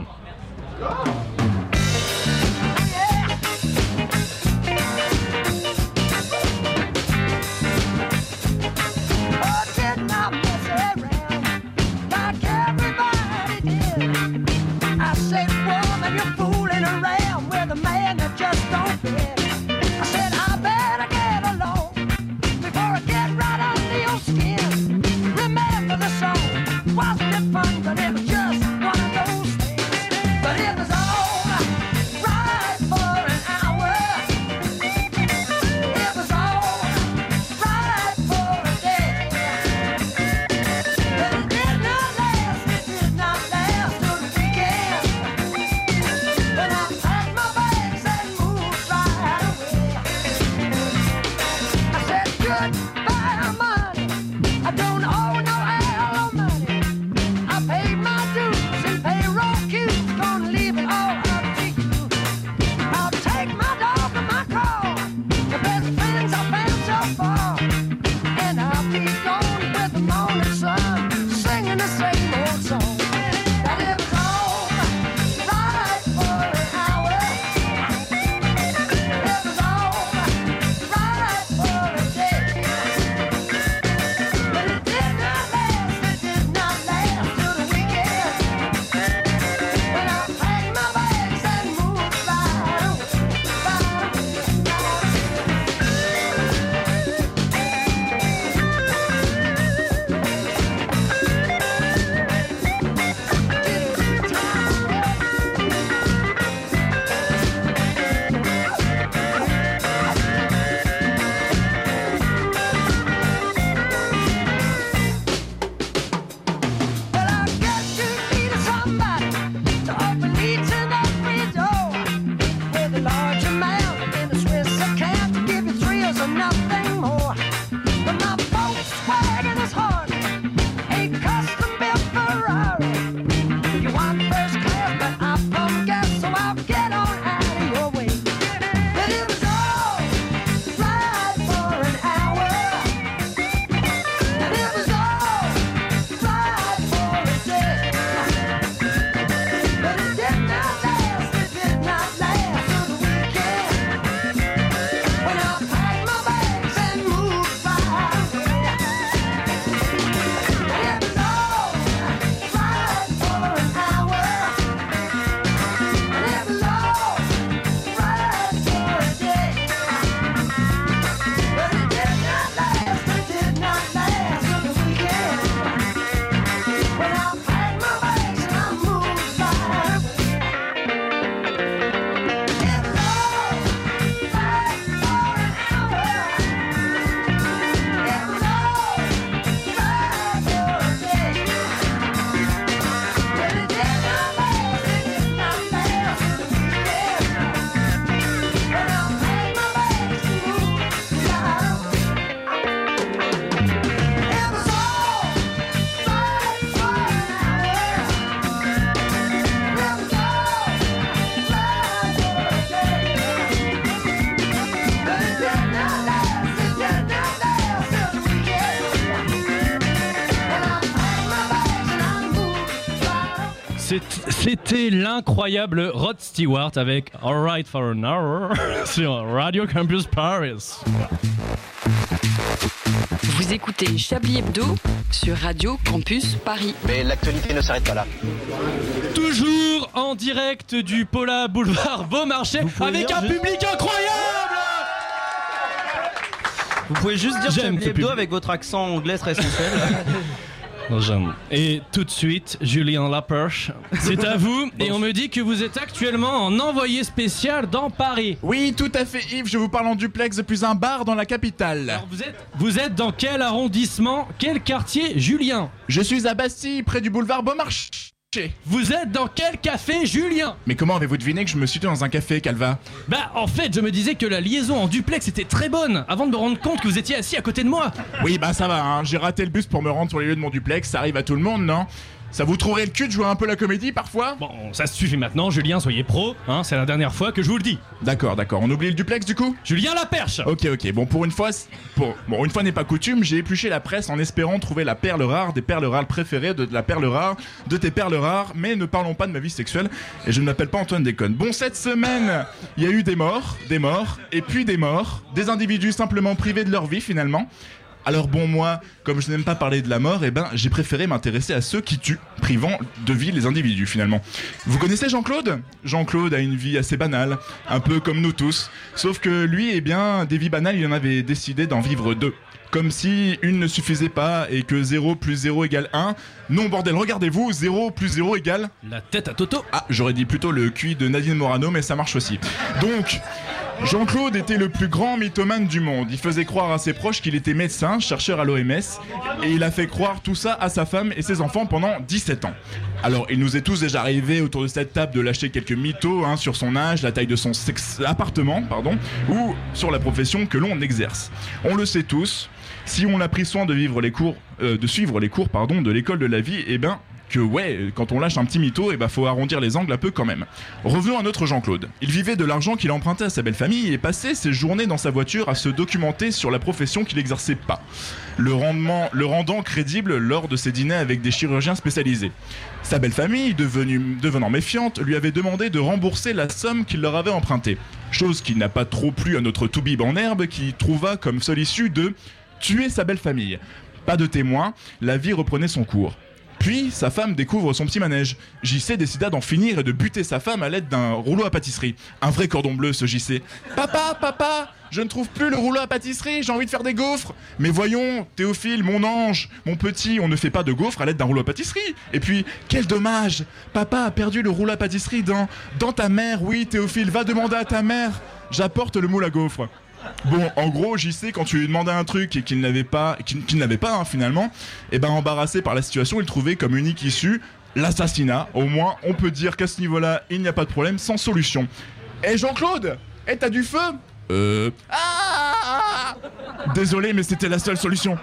[SPEAKER 1] C'était l'incroyable Rod Stewart avec All Right for an Hour sur Radio Campus Paris.
[SPEAKER 10] Vous écoutez Chablis Hebdo sur Radio Campus Paris.
[SPEAKER 7] Mais l'actualité ne s'arrête pas là.
[SPEAKER 1] Toujours en direct du Paula Boulevard Beaumarchais avec un public incroyable.
[SPEAKER 2] Vous pouvez juste dire
[SPEAKER 1] J'aime
[SPEAKER 2] Chablis
[SPEAKER 1] ce
[SPEAKER 2] Hebdo
[SPEAKER 1] public.
[SPEAKER 2] avec votre accent anglais très sensuel.
[SPEAKER 1] J'aime. Et tout de suite, Julien Laperche, c'est à vous. Et on me dit que vous êtes actuellement en envoyé spécial dans Paris.
[SPEAKER 17] Oui, tout à fait, Yves. Je vous parle en duplex depuis un bar dans la capitale.
[SPEAKER 1] Alors vous êtes, vous êtes dans quel arrondissement, quel quartier, Julien?
[SPEAKER 17] Je suis à Bastille, près du boulevard Beaumarchais. marché.
[SPEAKER 1] Vous êtes dans quel café, Julien?
[SPEAKER 17] Mais comment avez-vous deviné que je me situe dans un café, Calva?
[SPEAKER 1] Bah, en fait, je me disais que la liaison en duplex était très bonne, avant de me rendre compte que vous étiez assis à côté de moi.
[SPEAKER 17] Oui, bah ça va, hein. J'ai raté le bus pour me rendre sur les lieux de mon duplex, ça arrive à tout le monde, non? Ça vous trouverait le cul de jouer un peu la comédie parfois?
[SPEAKER 1] Bon, ça se suffit maintenant, Julien, soyez pro, hein, c'est la dernière fois que je vous le dis.
[SPEAKER 17] D'accord, d'accord, on oublie le duplex du coup?
[SPEAKER 1] Julien Laperche.
[SPEAKER 17] Ok, ok, bon pour une fois, pour... bon une fois n'est pas coutume, j'ai épluché la presse en espérant trouver la perle rare des perles rares préférées de la perle rare de tes perles rares, mais ne parlons pas de ma vie sexuelle, et je ne m'appelle pas Antoine Déconne. Bon, cette semaine, il y a eu des morts, des morts, et puis des morts, des individus simplement privés de leur vie finalement. Alors bon, moi, comme je n'aime pas parler de la mort, eh ben, j'ai préféré m'intéresser à ceux qui tuent, privant de vie les individus finalement. Vous connaissez Jean-Claude? Jean-Claude a une vie assez banale, un peu comme nous tous. Sauf que lui, eh bien, des vies banales, il en avait décidé d'en vivre deux. Comme si une ne suffisait pas et que zéro plus zéro égale un. Non, bordel, regardez-vous, zéro plus zéro égale...
[SPEAKER 1] La tête à Toto.
[SPEAKER 17] Ah, j'aurais dit plutôt le Q I de Nadine Morano, mais ça marche aussi. Donc... Jean-Claude était le plus grand mythomane du monde. Il faisait croire à ses proches qu'il était médecin, chercheur à l'O M S, et il a fait croire tout ça à sa femme et ses enfants pendant dix-sept ans. Alors, il nous est tous déjà arrivé autour de cette table de lâcher quelques mythos hein, sur son âge, la taille de son sexe appartement, pardon, ou sur la profession que l'on exerce. On le sait tous, si on a pris soin de vivre les cours, euh, de suivre les cours, pardon, de l'école de la vie, eh ben. Que ouais, quand on lâche un petit mytho, eh ben faut arrondir les angles un peu quand même. Revenons à notre Jean-Claude. Il vivait de l'argent qu'il empruntait à sa belle famille et passait ses journées dans sa voiture à se documenter sur la profession qu'il n'exerçait pas, le, rendement, le rendant crédible lors de ses dîners avec des chirurgiens spécialisés. Sa belle famille, devenue, devenant méfiante, lui avait demandé de rembourser la somme qu'il leur avait empruntée. Chose qui n'a pas trop plu à notre toubib en herbe qui trouva comme seule issue de tuer sa belle famille. Pas de témoin, la vie reprenait son cours. Puis, sa femme découvre son petit manège. J C décida d'en finir et de buter sa femme à l'aide d'un rouleau à pâtisserie. Un vrai cordon bleu, ce J C. Papa, papa, je ne trouve plus le rouleau à pâtisserie, j'ai envie de faire des gaufres. Mais voyons, Théophile, mon ange, mon petit, on ne fait pas de gaufres à l'aide d'un rouleau à pâtisserie. Et puis, quel dommage, papa a perdu le rouleau à pâtisserie dans, dans ta mère. Oui, Théophile, va demander à ta mère. J'apporte le moule à gaufres. Bon, en gros, J C, quand tu lui demandais un truc et qu'il n'avait pas, qu'il, qu'il n'avait pas hein, finalement, et ben embarrassé par la situation, il trouvait comme unique issue l'assassinat. Au moins, on peut dire qu'à ce niveau-là, il n'y a pas de problème, sans solution. Eh Jean-Claude, eh t'as du feu? Euh... Ah Désolé, mais c'était la seule solution.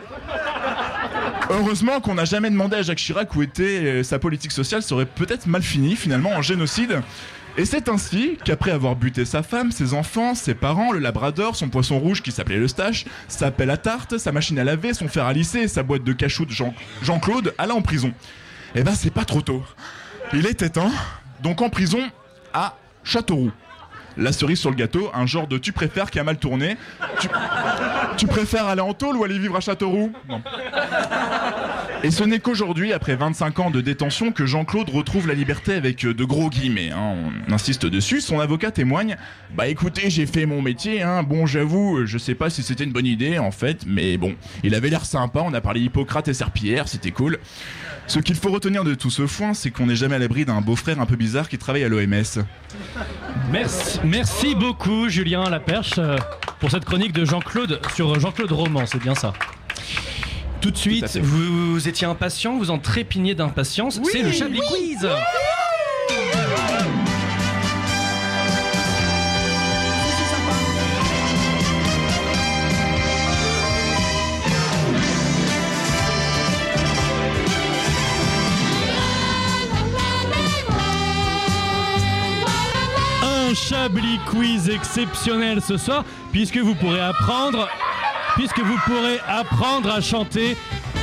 [SPEAKER 17] Heureusement qu'on n'a jamais demandé à Jacques Chirac où était euh, sa politique sociale, ça aurait peut-être mal fini finalement en génocide. Et c'est ainsi qu'après avoir buté sa femme, ses enfants, ses parents, le labrador, son poisson rouge qui s'appelait le stache, sa pelle à tarte, sa machine à laver, son fer à lisser et sa boîte de cachou de Jean- Jean-Claude alla en prison. Eh ben c'est pas trop tôt. Il était temps, donc en prison à Châteauroux. La cerise sur le gâteau, un genre de tu préfères qui a mal tourné. Tu, tu préfères aller en tôle ou aller vivre à Châteauroux? Non. Et ce n'est qu'aujourd'hui, après vingt-cinq ans de détention, que Jean-Claude retrouve la liberté avec de gros guillemets. Hein. On insiste dessus, son avocat témoigne. Bah écoutez, j'ai fait mon métier, hein. Bon j'avoue, je sais pas si c'était une bonne idée en fait, mais bon, il avait l'air sympa, on a parlé Hippocrate et Serpillière, c'était cool. Ce qu'il faut retenir de tout ce foin, c'est qu'on n'est jamais à l'abri d'un beau-frère un peu bizarre qui travaille à l'O M S.
[SPEAKER 1] Merci, merci beaucoup Julien Laperche pour cette chronique de Jean-Claude sur Jean-Claude Roman, c'est bien ça. Tout de suite, Tout vous, vous étiez impatient, vous en trépigniez d'impatience, oui, c'est le Chablis oui, Quiz oui. Un Chablis Quiz exceptionnel ce soir, puisque vous pourrez apprendre... Puisque vous pourrez apprendre à chanter.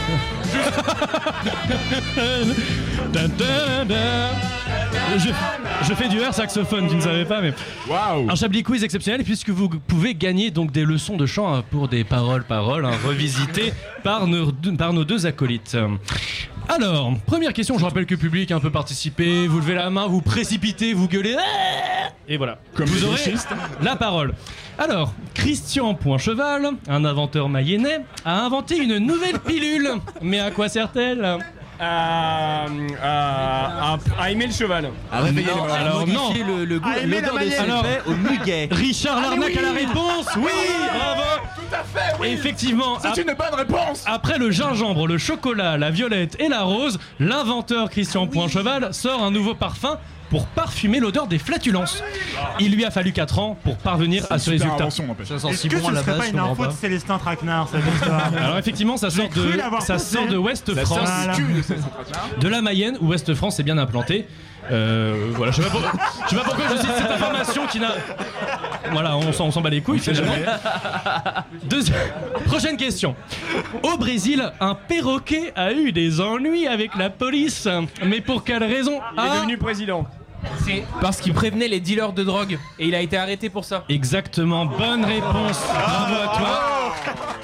[SPEAKER 1] je, je fais du air saxophone, tu ne savais pas, mais.
[SPEAKER 17] Waouh!
[SPEAKER 1] Un Chablis Quiz exceptionnel, puisque vous pouvez gagner donc des leçons de chant pour des paroles, paroles, hein, revisitées par nos, par nos deux acolytes. Alors, première question, je rappelle que le public a un peu participé, vous levez la main, vous précipitez, vous gueulez, et voilà.
[SPEAKER 17] Comme
[SPEAKER 1] vous aurez la parole. Alors, Christian Poincheval, un inventeur mayennais, a inventé une nouvelle pilule. Mais à quoi sert-elle ?
[SPEAKER 3] à, à, à, à aimer le cheval.
[SPEAKER 2] À réveiller
[SPEAKER 1] non,
[SPEAKER 2] le
[SPEAKER 1] alors non.
[SPEAKER 2] le, le goût, l'odeur des effets au muguet.
[SPEAKER 1] Richard Larnac a la réponse. Oui, bravo.
[SPEAKER 17] à fait, oui.
[SPEAKER 1] Effectivement.
[SPEAKER 17] C'est
[SPEAKER 1] ap-
[SPEAKER 17] une bonne réponse.
[SPEAKER 1] Après le gingembre, le chocolat, la violette et la rose, l'inventeur Christian Poincheval sort un nouveau parfum pour parfumer l'odeur des flatulences. Il lui a fallu quatre ans pour parvenir à ce
[SPEAKER 17] Super
[SPEAKER 1] résultat.
[SPEAKER 17] invention, n'empêche.
[SPEAKER 2] Ça sent
[SPEAKER 14] Est-ce
[SPEAKER 2] si
[SPEAKER 14] que
[SPEAKER 2] bon à
[SPEAKER 14] ce
[SPEAKER 2] la
[SPEAKER 14] serait
[SPEAKER 2] base,
[SPEAKER 14] pas
[SPEAKER 2] je
[SPEAKER 14] une
[SPEAKER 2] comprends
[SPEAKER 14] info
[SPEAKER 2] pas.
[SPEAKER 14] de Célestin Traquenard cette histoire?
[SPEAKER 1] Alors effectivement, ça sort
[SPEAKER 14] cru
[SPEAKER 1] de,
[SPEAKER 14] l'avoir
[SPEAKER 1] ça
[SPEAKER 14] pensé.
[SPEAKER 1] sort de Ouest
[SPEAKER 17] La
[SPEAKER 1] France,
[SPEAKER 17] science cul de cette traquenard.
[SPEAKER 1] de la Mayenne où Ouest France est bien implanté. Euh, voilà, je sais pas, pour- je sais pas pourquoi je cite cette information qui n'a. Voilà, on s'en, on s'en bat les couilles finalement. Deuxi- Prochaine question. Au Brésil, un perroquet a eu des ennuis avec la police. Mais pour quelle raison?
[SPEAKER 11] Il est
[SPEAKER 1] Ah,
[SPEAKER 11] devenu président. C'est parce qu'il prévenait les dealers de drogue et il a été arrêté pour ça.
[SPEAKER 1] Exactement, bonne réponse. Bravo à toi.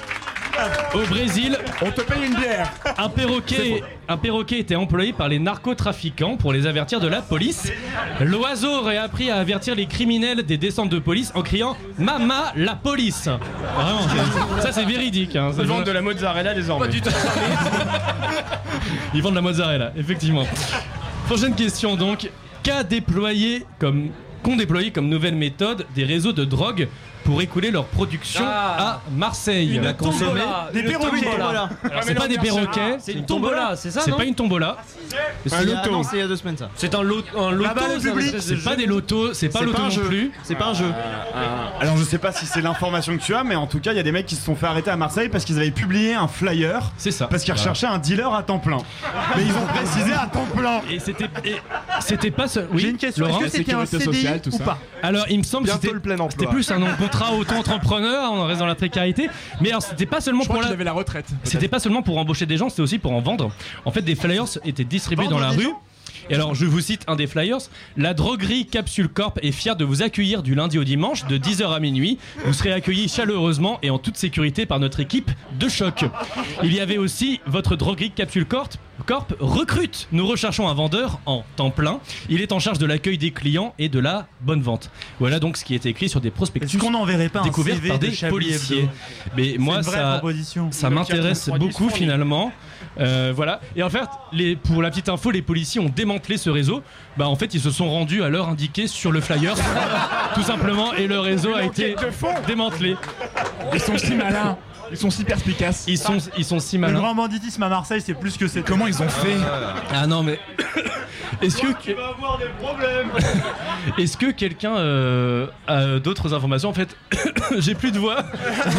[SPEAKER 1] Au Brésil,
[SPEAKER 17] On te paye une bière.
[SPEAKER 1] un perroquet, un perroquet était employé par les narcotrafiquants pour les avertir de la police. L'oiseau aurait appris à avertir les criminels des descentes de police en criant « Mama, la police !» Vraiment, ça, ça, c'est véridique. Hein.
[SPEAKER 11] Ils vendent de la mozzarella désormais. Pas du tout.
[SPEAKER 1] Ils vendent de la mozzarella, effectivement. Prochaine question donc. Qu'a déployé comme, qu'ont déployé comme nouvelle méthode des réseaux de drogue pour écouler leur production
[SPEAKER 11] Ah.
[SPEAKER 1] à Marseille?
[SPEAKER 11] Une
[SPEAKER 1] Consommer
[SPEAKER 11] tombola.
[SPEAKER 14] Des
[SPEAKER 11] Une
[SPEAKER 14] perroquets.
[SPEAKER 11] tombola.
[SPEAKER 1] Alors, c'est pas des perroquets,
[SPEAKER 11] C'est une tombola, c'est ça
[SPEAKER 1] c'est
[SPEAKER 11] non
[SPEAKER 1] pas une tombola.
[SPEAKER 2] C'est il y a- non, c'est il y a deux semaines ça.
[SPEAKER 11] C'est un lot, un loto.
[SPEAKER 14] Là-bas, le
[SPEAKER 11] c'est un
[SPEAKER 14] public,
[SPEAKER 11] espèce de
[SPEAKER 1] C'est pas
[SPEAKER 11] jeu.
[SPEAKER 1] des lotos, c'est pas
[SPEAKER 2] C'est
[SPEAKER 1] l'auto
[SPEAKER 2] pas un
[SPEAKER 1] non
[SPEAKER 2] jeu.
[SPEAKER 1] plus.
[SPEAKER 2] C'est pas un jeu.
[SPEAKER 13] Alors je sais pas si c'est l'information que tu as, mais en tout cas il y a des mecs qui se sont fait arrêter à Marseille parce qu'ils avaient publié un flyer.
[SPEAKER 1] C'est ça.
[SPEAKER 13] Parce qu'ils
[SPEAKER 1] Voilà.
[SPEAKER 13] recherchaient un dealer à temps plein. Mais ils ont précisé à temps plein.
[SPEAKER 1] Et c'était, et c'était pas ce. Oui,
[SPEAKER 14] J'ai une question.
[SPEAKER 1] Laurent.
[SPEAKER 14] Est-ce que c'était un
[SPEAKER 17] sécurité
[SPEAKER 14] C D I
[SPEAKER 17] sociale, tout
[SPEAKER 14] ou
[SPEAKER 17] ça.
[SPEAKER 14] pas?
[SPEAKER 1] Alors, il me semble que
[SPEAKER 12] Bientôt
[SPEAKER 1] c'était,
[SPEAKER 12] le plein emploi.
[SPEAKER 1] c'était plus un contrat auto-entrepreneur, on reste dans la précarité. Mais alors, c'était pas seulement
[SPEAKER 17] Je
[SPEAKER 1] pour
[SPEAKER 17] crois
[SPEAKER 1] la.
[SPEAKER 17] qu'il avait la retraite.
[SPEAKER 1] C'était pas seulement pour embaucher des gens, c'était aussi pour en vendre. En fait, des flyers étaient distribués
[SPEAKER 14] Vendre
[SPEAKER 1] dans la
[SPEAKER 14] des
[SPEAKER 1] rue.
[SPEAKER 14] gens
[SPEAKER 1] Et alors, je vous cite un des flyers. La droguerie Capsule Corp est fière de vous accueillir du lundi au dimanche de dix heures à minuit. Vous serez accueillis chaleureusement et en toute sécurité par notre équipe de choc. Il y avait aussi votre droguerie Capsule Corp. Corp recrute. Nous recherchons un vendeur en temps plein. Il est en charge de l'accueil des clients et de la bonne vente. Voilà donc ce qui est écrit sur des prospectus
[SPEAKER 14] Est-ce qu'on n'enverrait pas un
[SPEAKER 1] découverts
[SPEAKER 14] C V
[SPEAKER 1] par
[SPEAKER 14] de
[SPEAKER 1] des
[SPEAKER 14] Chablis
[SPEAKER 1] policiers.
[SPEAKER 14] Hebdo?
[SPEAKER 1] Mais
[SPEAKER 14] C'est
[SPEAKER 1] moi,
[SPEAKER 14] une vraie
[SPEAKER 1] ça,
[SPEAKER 14] proposition.
[SPEAKER 1] ça
[SPEAKER 11] Le
[SPEAKER 1] m'intéresse
[SPEAKER 11] quatre-vingt-trois
[SPEAKER 1] beaucoup
[SPEAKER 11] du fourni.
[SPEAKER 1] finalement. Euh, voilà. Et en fait, les, pour la petite info, les policiers ont démantelé ce réseau. Bah en fait, ils se sont rendus à l'heure indiquée sur le flyer, tout simplement, et le réseau a été démantelé.
[SPEAKER 17] Ils sont si malins. Ils sont si perspicaces.
[SPEAKER 1] Ils sont, ils sont si
[SPEAKER 14] Le
[SPEAKER 1] malins.
[SPEAKER 14] grand banditisme à Marseille, c'est plus que c'est.
[SPEAKER 17] Comment ils ont fait?
[SPEAKER 1] Ah non mais est-ce que
[SPEAKER 14] avoir des problèmes.
[SPEAKER 1] est-ce que quelqu'un euh, a d'autres informations? En fait, j'ai plus de voix.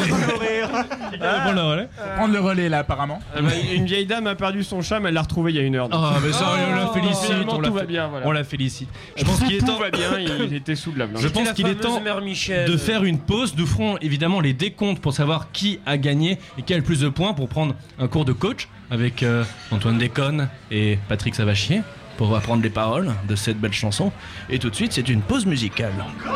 [SPEAKER 1] Bon, là, voilà.
[SPEAKER 17] Prendre le relais là apparemment.
[SPEAKER 11] Ah bah, une vieille dame a perdu son chat, mais elle l'a retrouvé il y a une heure. donc.
[SPEAKER 1] Ah mais ça, on la félicite.
[SPEAKER 11] Finalement,
[SPEAKER 1] On la,
[SPEAKER 11] tout va
[SPEAKER 1] fait-
[SPEAKER 11] bien, voilà.
[SPEAKER 1] on la félicite. Je pense qu'il est
[SPEAKER 11] Tout
[SPEAKER 1] temps.
[SPEAKER 11] va bien, il était sous de la
[SPEAKER 1] Je pense qu'il est temps de faire une pause. Nous ferons évidemment les décomptes pour savoir qui a gagné et qui a le plus de points pour prendre un cours de coach avec euh, Antoine Déconne et Patrick Savachier pour apprendre les paroles de cette belle chanson. Et tout de suite, c'est une pause musicale.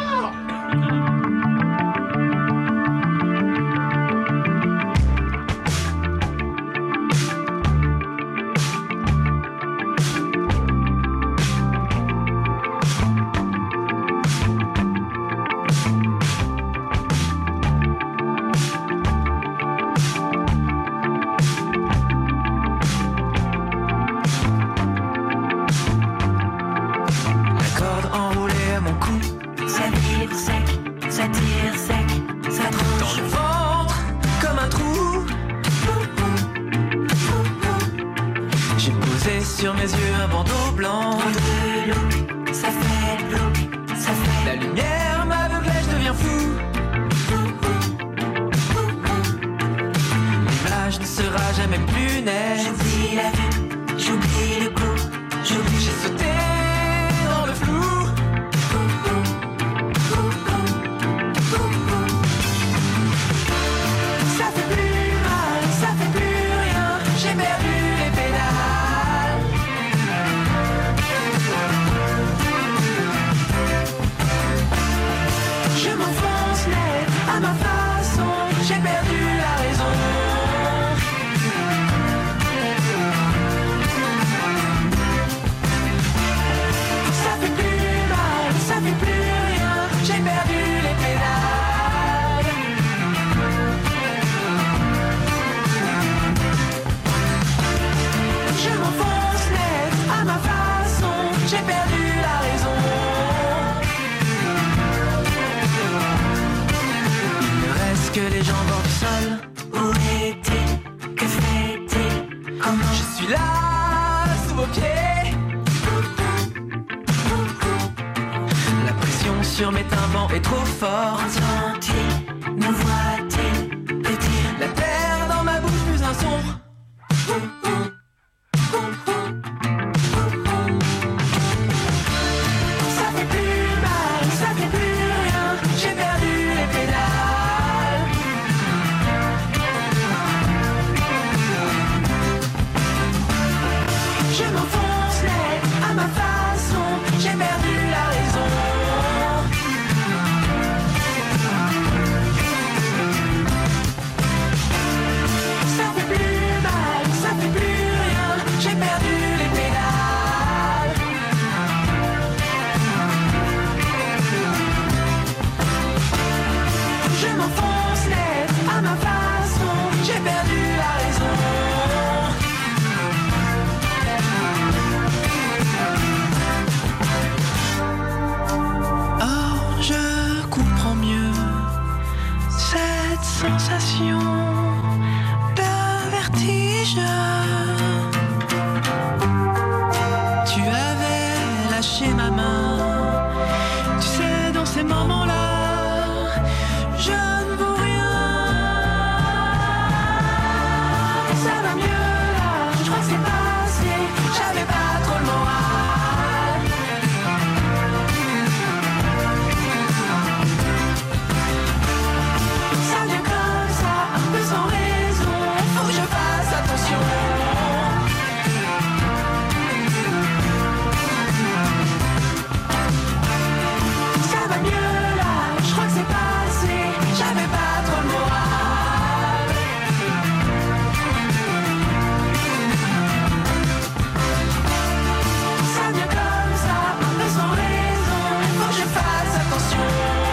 [SPEAKER 16] La corde enroulée à mon cou, ça tire sec, ça tire sec, ça tranche dans le ventre comme un trou. J'ai posé sur mes yeux un bandeau blanc. De l'eau, ça fait l'eau, ça fait la lumière m'aveuglait, je deviens fou. L'image ne sera jamais plus nette. J'oublie la vue, j'oublie le goût, j'oublie. J'ai sauté dans le flou. Ça fait plus mal, ça fait plus rien. J'ai perdu les pédales. Je m'enfonce net à ma façon. J'ai perdu la raison. que les gens dorment seuls. Où est-il? Que fait-il? Comment? Je suis là, sous vos pieds. La pression sur mes tympans est trop forte. Entend-il? Nous voit-il? Peut-il? La terre dans ma bouche plus un son. Ça fait plus mal, ça fait plus rien. J'ai perdu les pédales. Je m'enfonce net à ma façon. J'ai perdu la raison. Ça fait plus mal, ça fait plus rien. J'ai perdu les pédales. Je m'enfonce net à ma façon. J'ai perdu la raison. Oh, je comprends mieux cette sensation de vertige. Tu avais lâché ma main. Tu sais, dans ces moments-là, je ne vaux rien. Ça va mieux là, je crois que c'est passé. J'avais pas trop le moral. Ça vient comme ça, un peu sans raison. Faut que je fasse attention. Ça va mieux là, je crois que c'est passé. J'avais pas trop le moral. Ça vient comme ça, un peu sans raison. Faut que je fasse attention.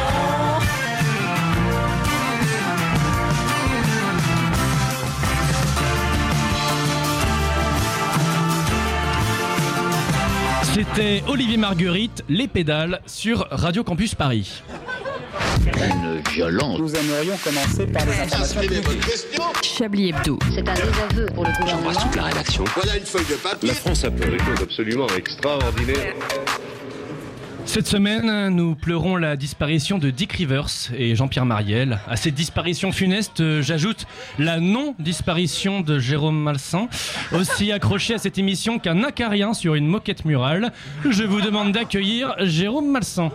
[SPEAKER 1] C'était Olivier Marguerite, Les Pédales, sur Radio Campus Paris.
[SPEAKER 9] Une violence. Nous aimerions commencer par les informations publiques.
[SPEAKER 10] Chablis Hebdo.
[SPEAKER 8] C'est un désaveu pour le gouvernement.
[SPEAKER 5] toute la rédaction. Voilà une feuille de papier. La France a fait des choses absolument extraordinaires.
[SPEAKER 1] Cette semaine, nous pleurons la disparition de Dick Rivers et Jean-Pierre Mariel. À cette disparition funeste, j'ajoute la non-disparition de Jérôme Malsain, aussi accroché à cette émission qu'un acarien sur une moquette murale. Je vous demande d'accueillir Jérôme Malsain.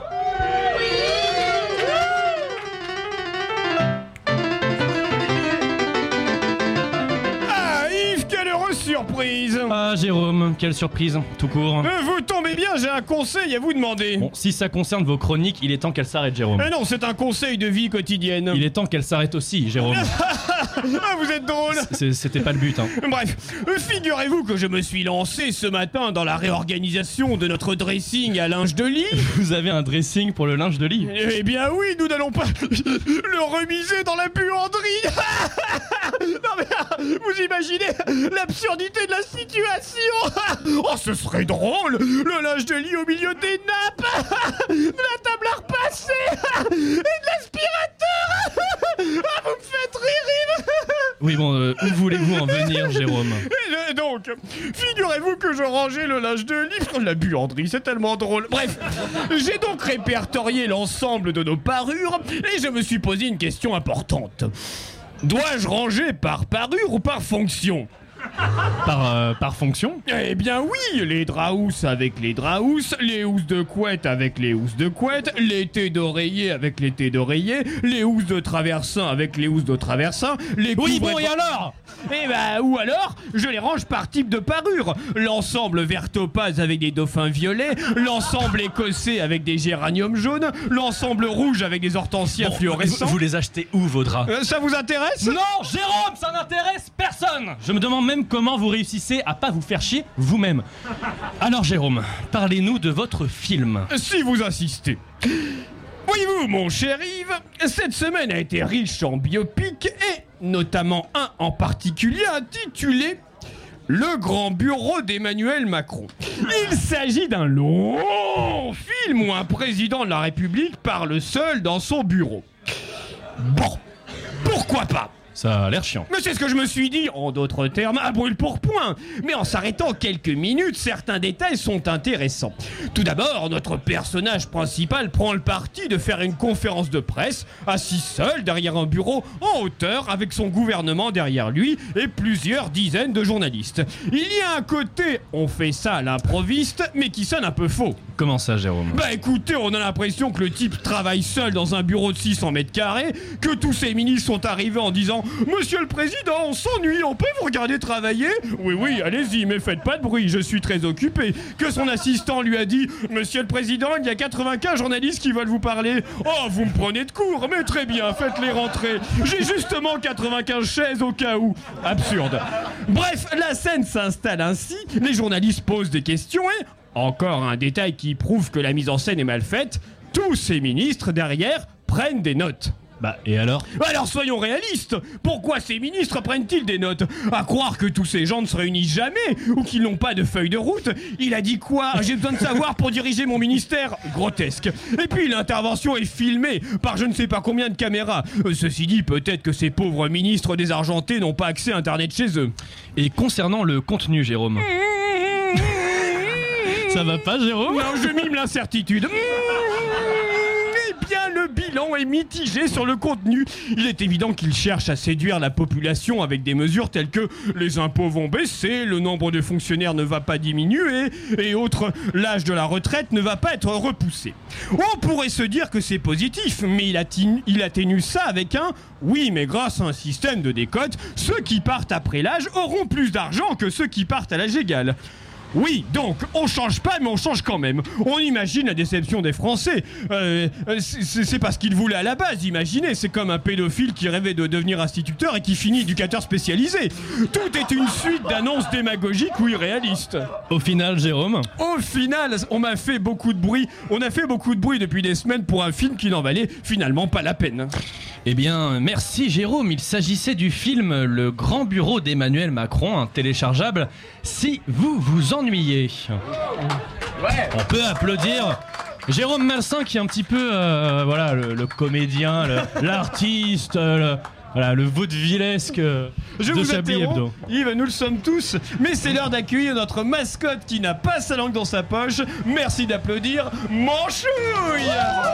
[SPEAKER 18] Ah, Yves, quelle heureuse surprise!
[SPEAKER 1] Ah, Jérôme, quelle surprise, tout court.
[SPEAKER 18] Euh, vous tombez bien, j'ai un conseil à vous demander.
[SPEAKER 1] Bon, si ça concerne vos chroniques, il est temps qu'elles s'arrêtent, Jérôme.
[SPEAKER 18] Mais non, c'est un conseil de vie quotidienne.
[SPEAKER 1] Il est temps qu'elles s'arrêtent aussi, Jérôme.
[SPEAKER 18] Ah, vous êtes drôle.
[SPEAKER 1] C'est- C'était pas le but, hein.
[SPEAKER 18] Bref, euh, figurez-vous que je me suis lancé ce matin dans la réorganisation de notre dressing à linge de lit.
[SPEAKER 1] Vous avez un dressing pour le linge de lit?
[SPEAKER 18] Eh bien oui, nous n'allons pas le remiser dans la buanderie. Non mais ah, vous imaginez l'absurdité de la situation. Oh, ce serait drôle. Le linge de lit au milieu des nappes, de la table à repasser et de l'aspirateur. Ah, vous me faites rire, Yves.
[SPEAKER 1] Oui, bon, euh, où voulez-vous en venir, Jérôme?
[SPEAKER 18] Et donc, figurez-vous que je rangeais le linge de lit sur la buanderie, c'est tellement drôle. Bref, j'ai donc répertorié l'ensemble de nos parures et je me suis posé une question importante. Dois-je ranger par parure ou par fonction ?
[SPEAKER 1] Par, euh, par fonction?
[SPEAKER 18] Eh bien oui, les draps housses avec les draps housses, les housses de couette avec les housses de couette, les thés d'oreiller avec les thés d'oreiller, les housses de traversin avec les housses de traversin, les
[SPEAKER 1] Oui,
[SPEAKER 18] couvrets
[SPEAKER 1] bon,
[SPEAKER 18] de-
[SPEAKER 1] et alors?
[SPEAKER 18] Eh ben, ou alors, je les range par type de parure. L'ensemble vert topaz avec des dauphins violets, l'ensemble écossais avec des géraniums jaunes, l'ensemble rouge avec des hortensias
[SPEAKER 1] Bon,
[SPEAKER 18] fluorescents.
[SPEAKER 1] vous, vous les achetez où, vos draps?
[SPEAKER 18] Euh, ça vous intéresse?
[SPEAKER 1] Non, Jérôme, ça n'intéresse personne. Je me demande même comment vous réussissez à pas vous faire chier vous-même. Alors, Jérôme, parlez-nous de votre film.
[SPEAKER 18] Si vous insistez. Voyez-vous, mon cher Yves, cette semaine a été riche en biopics et notamment un en particulier intitulé Le Grand Bureau d'Emmanuel Macron. Il s'agit d'un long film où un président de la République parle seul dans son bureau. Bon. pourquoi pas?
[SPEAKER 1] Ça a l'air chiant.
[SPEAKER 18] Mais c'est ce que je me suis dit, en d'autres termes, à brûle pour point. Mais en s'arrêtant quelques minutes, certains détails sont intéressants. Tout d'abord, notre personnage principal prend le parti de faire une conférence de presse, assis seul derrière un bureau en hauteur, avec son gouvernement derrière lui et plusieurs dizaines de journalistes. Il y a un côté, on fait ça à l'improviste, mais qui sonne un peu faux.
[SPEAKER 1] Comment ça, Jérôme?
[SPEAKER 18] Bah écoutez, on a l'impression que le type travaille seul dans un bureau de six cents mètres carrés, que tous ses ministres sont arrivés en disant « Monsieur le Président, on s'ennuie, on peut vous regarder travailler ?»« Oui, oui, allez-y, mais faites pas de bruit, je suis très occupé. » Que son assistant lui a dit « Monsieur le Président, il y a quatre-vingt-quinze journalistes qui veulent vous parler. »« Oh, vous me prenez de court, mais très bien, faites-les rentrer. J'ai justement quatre-vingt-quinze chaises au cas où. » Absurde. Bref, la scène s'installe ainsi, les journalistes posent des questions et... Encore un détail qui prouve que la mise en scène est mal faite, tous ces ministres derrière prennent des notes.
[SPEAKER 1] Bah, et alors?
[SPEAKER 18] Alors soyons réalistes. Pourquoi ces ministres prennent-ils des notes? À croire que tous ces gens ne se réunissent jamais ou qu'ils n'ont pas de feuille de route. Il a dit quoi? J'ai besoin de savoir pour diriger mon ministère. Grotesque. Et puis l'intervention est filmée par je ne sais pas combien de caméras. Euh, ceci dit, peut-être que ces pauvres ministres désargentés n'ont pas accès à Internet chez eux.
[SPEAKER 1] Et concernant le contenu, Jérôme? Ça va pas, Jérôme?
[SPEAKER 18] Non, je mime l'incertitude. Eh bien, le bilan est mitigé sur le contenu. Il est évident qu'il cherche à séduire la population avec des mesures telles que les impôts vont baisser, le nombre de fonctionnaires ne va pas diminuer, et autres, l'âge de la retraite ne va pas être repoussé. On pourrait se dire que c'est positif, mais il atténue, il atténue ça avec un « oui, mais grâce à un système de décote, ceux qui partent après l'âge auront plus d'argent que ceux qui partent à l'âge égal ». Oui, donc, on change pas, mais on change quand même. On imagine la déception des Français. Euh, c'est, c'est pas ce qu'ils voulaient à la base, imaginez. C'est comme un pédophile qui rêvait de devenir instituteur et qui finit éducateur spécialisé. Tout est une suite d'annonces démagogiques ou irréalistes.
[SPEAKER 1] Au final, Jérôme?
[SPEAKER 18] Au final, on m'a fait beaucoup de bruit. On a fait beaucoup de bruit depuis des semaines pour un film qui n'en valait finalement pas la peine.
[SPEAKER 1] Eh bien, merci Jérôme. Il s'agissait du film Le Grand Bureau d'Emmanuel Macron, un téléchargeable. Si vous vous ennuyez, ouais. On peut applaudir Jérôme Malsain qui est un petit peu, euh, voilà, le, le comédien, le, l'artiste, le, voilà, le vaudevillesque de Chablis Hebdo.
[SPEAKER 18] Yves, nous le sommes tous, mais c'est l'heure d'accueillir notre mascotte qui n'a pas sa langue dans sa poche. Merci d'applaudir Manchouille.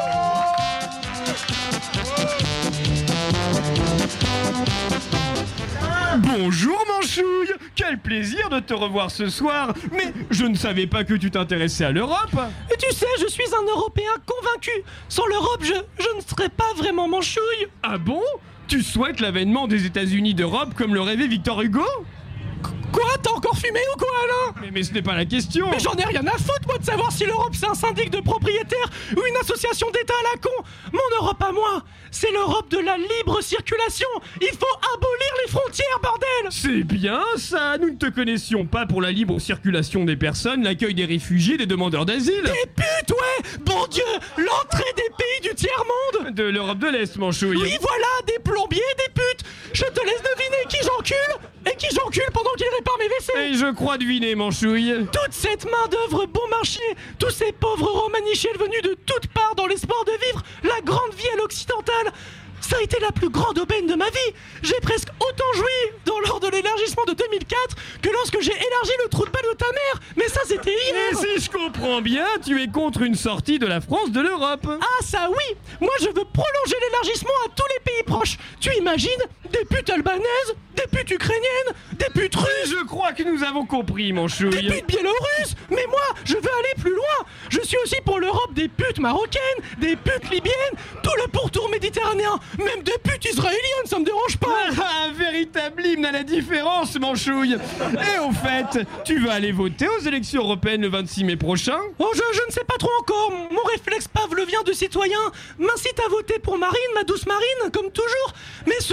[SPEAKER 18] Bonjour Manchouille, quel plaisir de te revoir ce soir. Mais je ne savais pas que tu t'intéressais à l'Europe.
[SPEAKER 19] Et tu sais, je suis un Européen convaincu. Sans l'Europe, je, je ne serais pas vraiment Manchouille.
[SPEAKER 18] Ah bon? Tu souhaites l'avènement des États-Unis d'Europe comme le rêvait Victor Hugo?
[SPEAKER 19] Quoi? T'as encore fumé ou quoi, Alain?
[SPEAKER 18] Mais, mais ce n'est pas la question.
[SPEAKER 19] Mais j'en ai rien à foutre, moi, de savoir si l'Europe c'est un syndic de propriétaires ou une association d'État à la con. Mon Europe à moi, c'est l'Europe de la libre circulation. Il faut abolir les frontières, bordel.
[SPEAKER 18] C'est bien ça. Nous ne te connaissions pas pour la libre circulation des personnes, l'accueil des réfugiés, des demandeurs d'asile.
[SPEAKER 19] Des putes, ouais. Bon Dieu, l'entrée des pays du tiers-monde.
[SPEAKER 18] De l'Europe de l'Est, Manchouille.
[SPEAKER 19] Oui, voilà, des plombiers, des putes. Je te laisse deviner qui j'encule et qui j'encule pendant qu'il répare mes W C.
[SPEAKER 18] Et je crois deviner, Manchouille.
[SPEAKER 19] Toute cette main-d'œuvre bon marché, tous ces pauvres romanichels venus de toutes parts dans l'espoir de vivre la grande vie à l'occidentale. Ça a été la plus grande aubaine de ma vie. J'ai presque autant joui dans, lors de l'élargissement de deux mille quatre que lorsque j'ai élargi le trou de balle de ta mère. Mais ça, c'était hier.
[SPEAKER 18] Et si je comprends bien, tu es contre une sortie de la France de l'Europe.
[SPEAKER 19] Ah ça oui. Moi, je veux prolonger l'élargissement à tous les pays proches. Tu imagines? Des putes albanaises, des putes ukrainiennes, des putes russes.
[SPEAKER 18] Je crois que nous avons compris, Manchouille.
[SPEAKER 19] Des putes biélorusses. Mais moi, je veux aller plus loin. Je suis aussi pour l'Europe des putes marocaines, des putes libyennes, tout le pourtour méditerranéen. Même des putes israéliennes, ça me dérange pas.
[SPEAKER 18] Ah, un véritable hymne à la différence, Manchouille. Et au fait, tu vas aller voter aux élections européennes le vingt-six mai prochain?
[SPEAKER 19] Oh, je, je ne sais pas trop encore. Mon réflexe pavlovien de citoyen m'incite à voter pour Marine, ma douce Marine, comme toujours. Mais ce con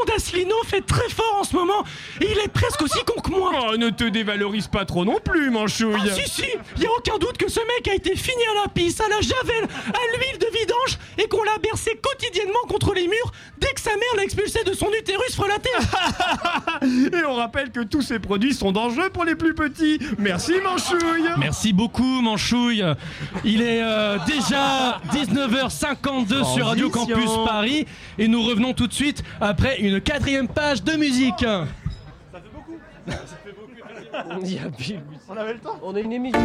[SPEAKER 19] d'Asselineau fait très fort en ce moment. Et il est presque aussi con que moi.
[SPEAKER 18] Oh, ne te dévalorise pas trop non plus, Manchouille.
[SPEAKER 19] Ah, si, si, il y a aucun doute que ce mec a été fini à la pisse, à la javel, à l'huile de vidange et qu'on l'a bercé quotidiennement contre les murs dès que sa mère l'a expulsé de son utérus frelaté.
[SPEAKER 18] Et on rappelle que tous ces produits sont dangereux pour les plus petits. Merci, Manchouille.
[SPEAKER 1] Merci beaucoup, Manchouille. Il est euh, déjà dix-neuf heures cinquante-deux sur Radio Campus Paris et nous revenons tout de suite après une quatrième page de musique.
[SPEAKER 14] Ça fait beaucoup. Ça fait beaucoup.
[SPEAKER 3] On y a pile.
[SPEAKER 14] On avait le temps.
[SPEAKER 3] On a une émission.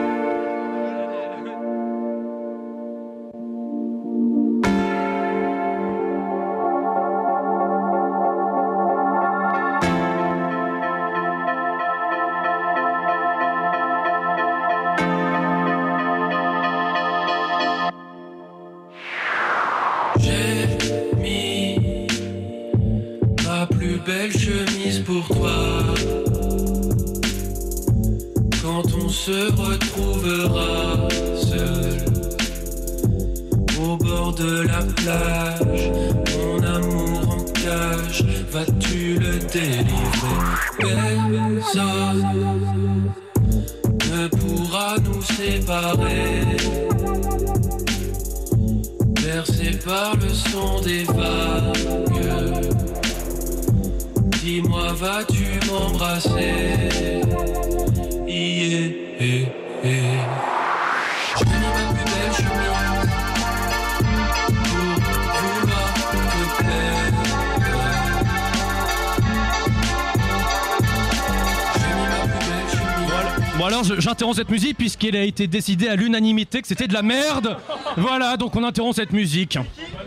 [SPEAKER 3] Belle chemise pour toi. Quand on se retrouvera seul au bord de la plage, mon amour en cage, vas-tu le délivrer? Personne ne pourra nous séparer, bercé par le son des vagues. Dis-moi, vas-tu m'embrasser? Yeah, yeah, yeah. Je mis ma plus belle chemise pour vouloir te plaire. Je mis ma plus belle chemise.
[SPEAKER 1] Voilà. Bon alors je- j'interromps cette musique puisqu'il a été décidé à l'unanimité que c'était de la merde. Voilà, donc on interrompt cette musique.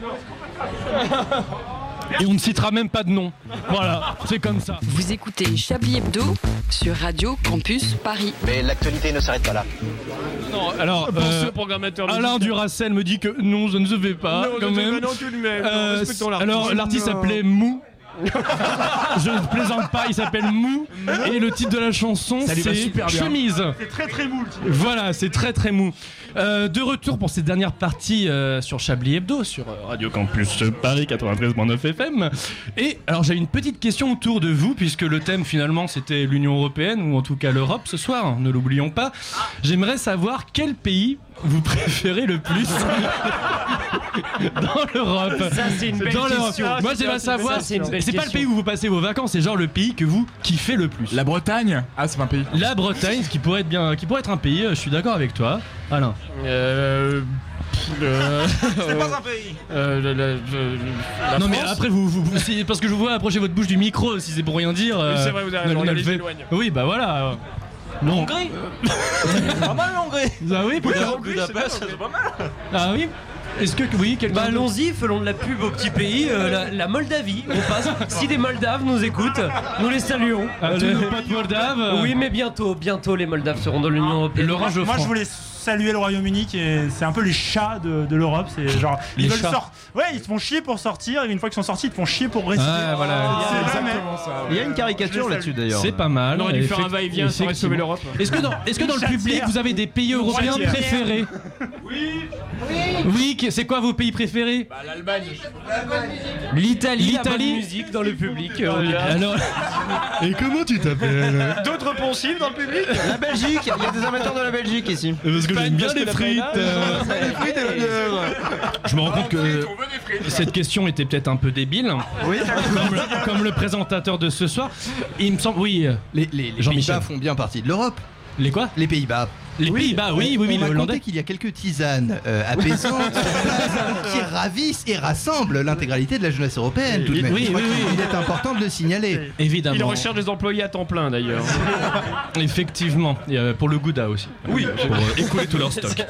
[SPEAKER 1] Et on ne citera même pas de nom. Voilà, c'est comme ça.
[SPEAKER 10] Vous écoutez Chablis Hebdo sur Radio Campus Paris.
[SPEAKER 7] Mais l'actualité ne s'arrête pas là.
[SPEAKER 1] Non, alors,
[SPEAKER 18] Pour
[SPEAKER 1] euh,
[SPEAKER 18] ce programmateur
[SPEAKER 1] Alain
[SPEAKER 18] musical.
[SPEAKER 1] Duracell me dit que non, je ne se vais pas.
[SPEAKER 18] Non,
[SPEAKER 1] quand
[SPEAKER 18] je ne
[SPEAKER 1] même.
[SPEAKER 18] vais pas non tout de même. Non,
[SPEAKER 1] Euh,
[SPEAKER 18] respectons l'artiste.
[SPEAKER 1] alors l'artiste
[SPEAKER 18] Non.
[SPEAKER 1] s'appelait Mou. Je ne plaisante pas, il s'appelle Mou. Et le titre de la chanson
[SPEAKER 14] Ça lui va
[SPEAKER 1] c'est
[SPEAKER 14] super bien.
[SPEAKER 1] Chemise.
[SPEAKER 14] C'est très très mou le titre.
[SPEAKER 1] Voilà, c'est très très mou. Euh, de retour pour cette dernière partie euh, sur Chablis Hebdo, sur euh, Radio Campus Paris quatre-vingt-treize virgule neuf F M. Et alors j'ai une petite question autour de vous, puisque le thème finalement c'était l'Union Européenne, ou en tout cas l'Europe ce soir, hein, ne l'oublions pas. J'aimerais savoir quel pays vous préférez le plus dans l'Europe.
[SPEAKER 3] Ça, c'est une belle
[SPEAKER 1] Dans l'Europe.
[SPEAKER 3] question.
[SPEAKER 1] Moi
[SPEAKER 3] Ça,
[SPEAKER 1] j'aimerais
[SPEAKER 3] c'est-
[SPEAKER 1] savoir,
[SPEAKER 3] ça, c'est une belle
[SPEAKER 1] c'est pas le
[SPEAKER 3] question.
[SPEAKER 1] pays où vous passez vos vacances, c'est genre le pays que vous kiffez le plus.
[SPEAKER 17] La Bretagne? Ah, c'est pas un pays.
[SPEAKER 1] La Bretagne, ce qui pourrait être bien, qui pourrait être un pays, euh, je suis d'accord avec toi. Alain.
[SPEAKER 18] Euh. euh,
[SPEAKER 12] C'est pas un pays.
[SPEAKER 18] euh, la- la- la
[SPEAKER 1] non mais
[SPEAKER 18] France.
[SPEAKER 1] après vous, vous, vous- c'est parce que je vous vois approcher votre bouche du micro, si c'est pour rien dire. euh,
[SPEAKER 18] Oui, c'est vrai, vous avez
[SPEAKER 1] ne-
[SPEAKER 18] raison,
[SPEAKER 1] ne le
[SPEAKER 18] regardez,
[SPEAKER 1] faites-
[SPEAKER 18] j'éloigne.
[SPEAKER 1] Oui bah voilà. Non.
[SPEAKER 12] Hongrie. Pas mal l'Hongrie.
[SPEAKER 1] Ah oui,
[SPEAKER 12] Oui,
[SPEAKER 1] peut-être.
[SPEAKER 12] Budapest, c'est pas mal.
[SPEAKER 1] Ah oui. Est-ce que oui, quelqu'un
[SPEAKER 3] Bah
[SPEAKER 1] d'autre
[SPEAKER 3] allons-y, faisons de la pub au petit pays, euh, la, la Moldavie. On passe. Si des Moldaves nous écoutent, nous les saluons.
[SPEAKER 1] Ah, tous nos potes moldaves.
[SPEAKER 3] Oui, mais bientôt, bientôt les Moldaves seront dans l'Union européenne.
[SPEAKER 1] Laurent Geoffrand.
[SPEAKER 14] Moi je voulais saluer le Royaume-Uni qui est c'est un peu les chats de, de l'Europe, c'est genre ils
[SPEAKER 1] Les
[SPEAKER 14] veulent
[SPEAKER 1] chats.
[SPEAKER 14] sortir. Ouais, ils te font chier pour sortir et une fois qu'ils sont sortis, ils te font chier pour rester.
[SPEAKER 1] Ah, voilà.
[SPEAKER 14] C'est jamais.
[SPEAKER 12] Il y a une caricature là-dessus d'ailleurs.
[SPEAKER 1] C'est pas mal.
[SPEAKER 18] On aurait dû faire un
[SPEAKER 1] Effect-
[SPEAKER 18] va-et-vient, ça aurait sauvé
[SPEAKER 1] effectivement.
[SPEAKER 18] l'Europe.
[SPEAKER 1] Est-ce que dans, est-ce que dans le
[SPEAKER 14] Une
[SPEAKER 1] public
[SPEAKER 14] chatière.
[SPEAKER 1] vous avez des pays européens
[SPEAKER 14] chatière.
[SPEAKER 1] préférés? Oui. Oui. qui- C'est quoi vos pays préférés?
[SPEAKER 18] L'Allemagne.
[SPEAKER 3] L'Italie, la bonne
[SPEAKER 1] L'Italie.
[SPEAKER 3] musique dans le public. euh,
[SPEAKER 1] Alors. Et comment tu t'appelles?
[SPEAKER 18] D'autres poncifs dans le public?
[SPEAKER 12] La Belgique, il y a des amateurs de la Belgique ici.
[SPEAKER 1] Parce que j'aime bien
[SPEAKER 18] parce que
[SPEAKER 1] les
[SPEAKER 18] la
[SPEAKER 1] frites.
[SPEAKER 18] paella,
[SPEAKER 1] euh.
[SPEAKER 12] Les frites et le-
[SPEAKER 1] Je me rends compte que cette question était peut-être un peu débile,
[SPEAKER 12] Oui,
[SPEAKER 1] comme le, comme le présentateur de ce soir. Il me semble, oui.
[SPEAKER 12] les, les, les
[SPEAKER 1] Jean-Michel.
[SPEAKER 12] Pays-Bas font bien partie de l'Europe.
[SPEAKER 1] Les quoi?
[SPEAKER 12] Les Pays-Bas.
[SPEAKER 1] Les Pays-Bas, oui, oui, oui,
[SPEAKER 12] On
[SPEAKER 1] les
[SPEAKER 12] m'a
[SPEAKER 1] Hollandais.
[SPEAKER 12] conté qu'il y a quelques tisanes euh, apaisantes qui ravissent et rassemblent l'intégralité de la jeunesse européenne. Tout de même.
[SPEAKER 1] Oui,
[SPEAKER 12] Je crois
[SPEAKER 1] oui,
[SPEAKER 12] qu'il-
[SPEAKER 1] oui.
[SPEAKER 12] Il est important de le signaler.
[SPEAKER 1] Évidemment.
[SPEAKER 18] Il recherche des employés à temps plein d'ailleurs.
[SPEAKER 1] Effectivement. Et, euh, pour le Gouda aussi. Oui. Pour euh, écouler tout leur stock.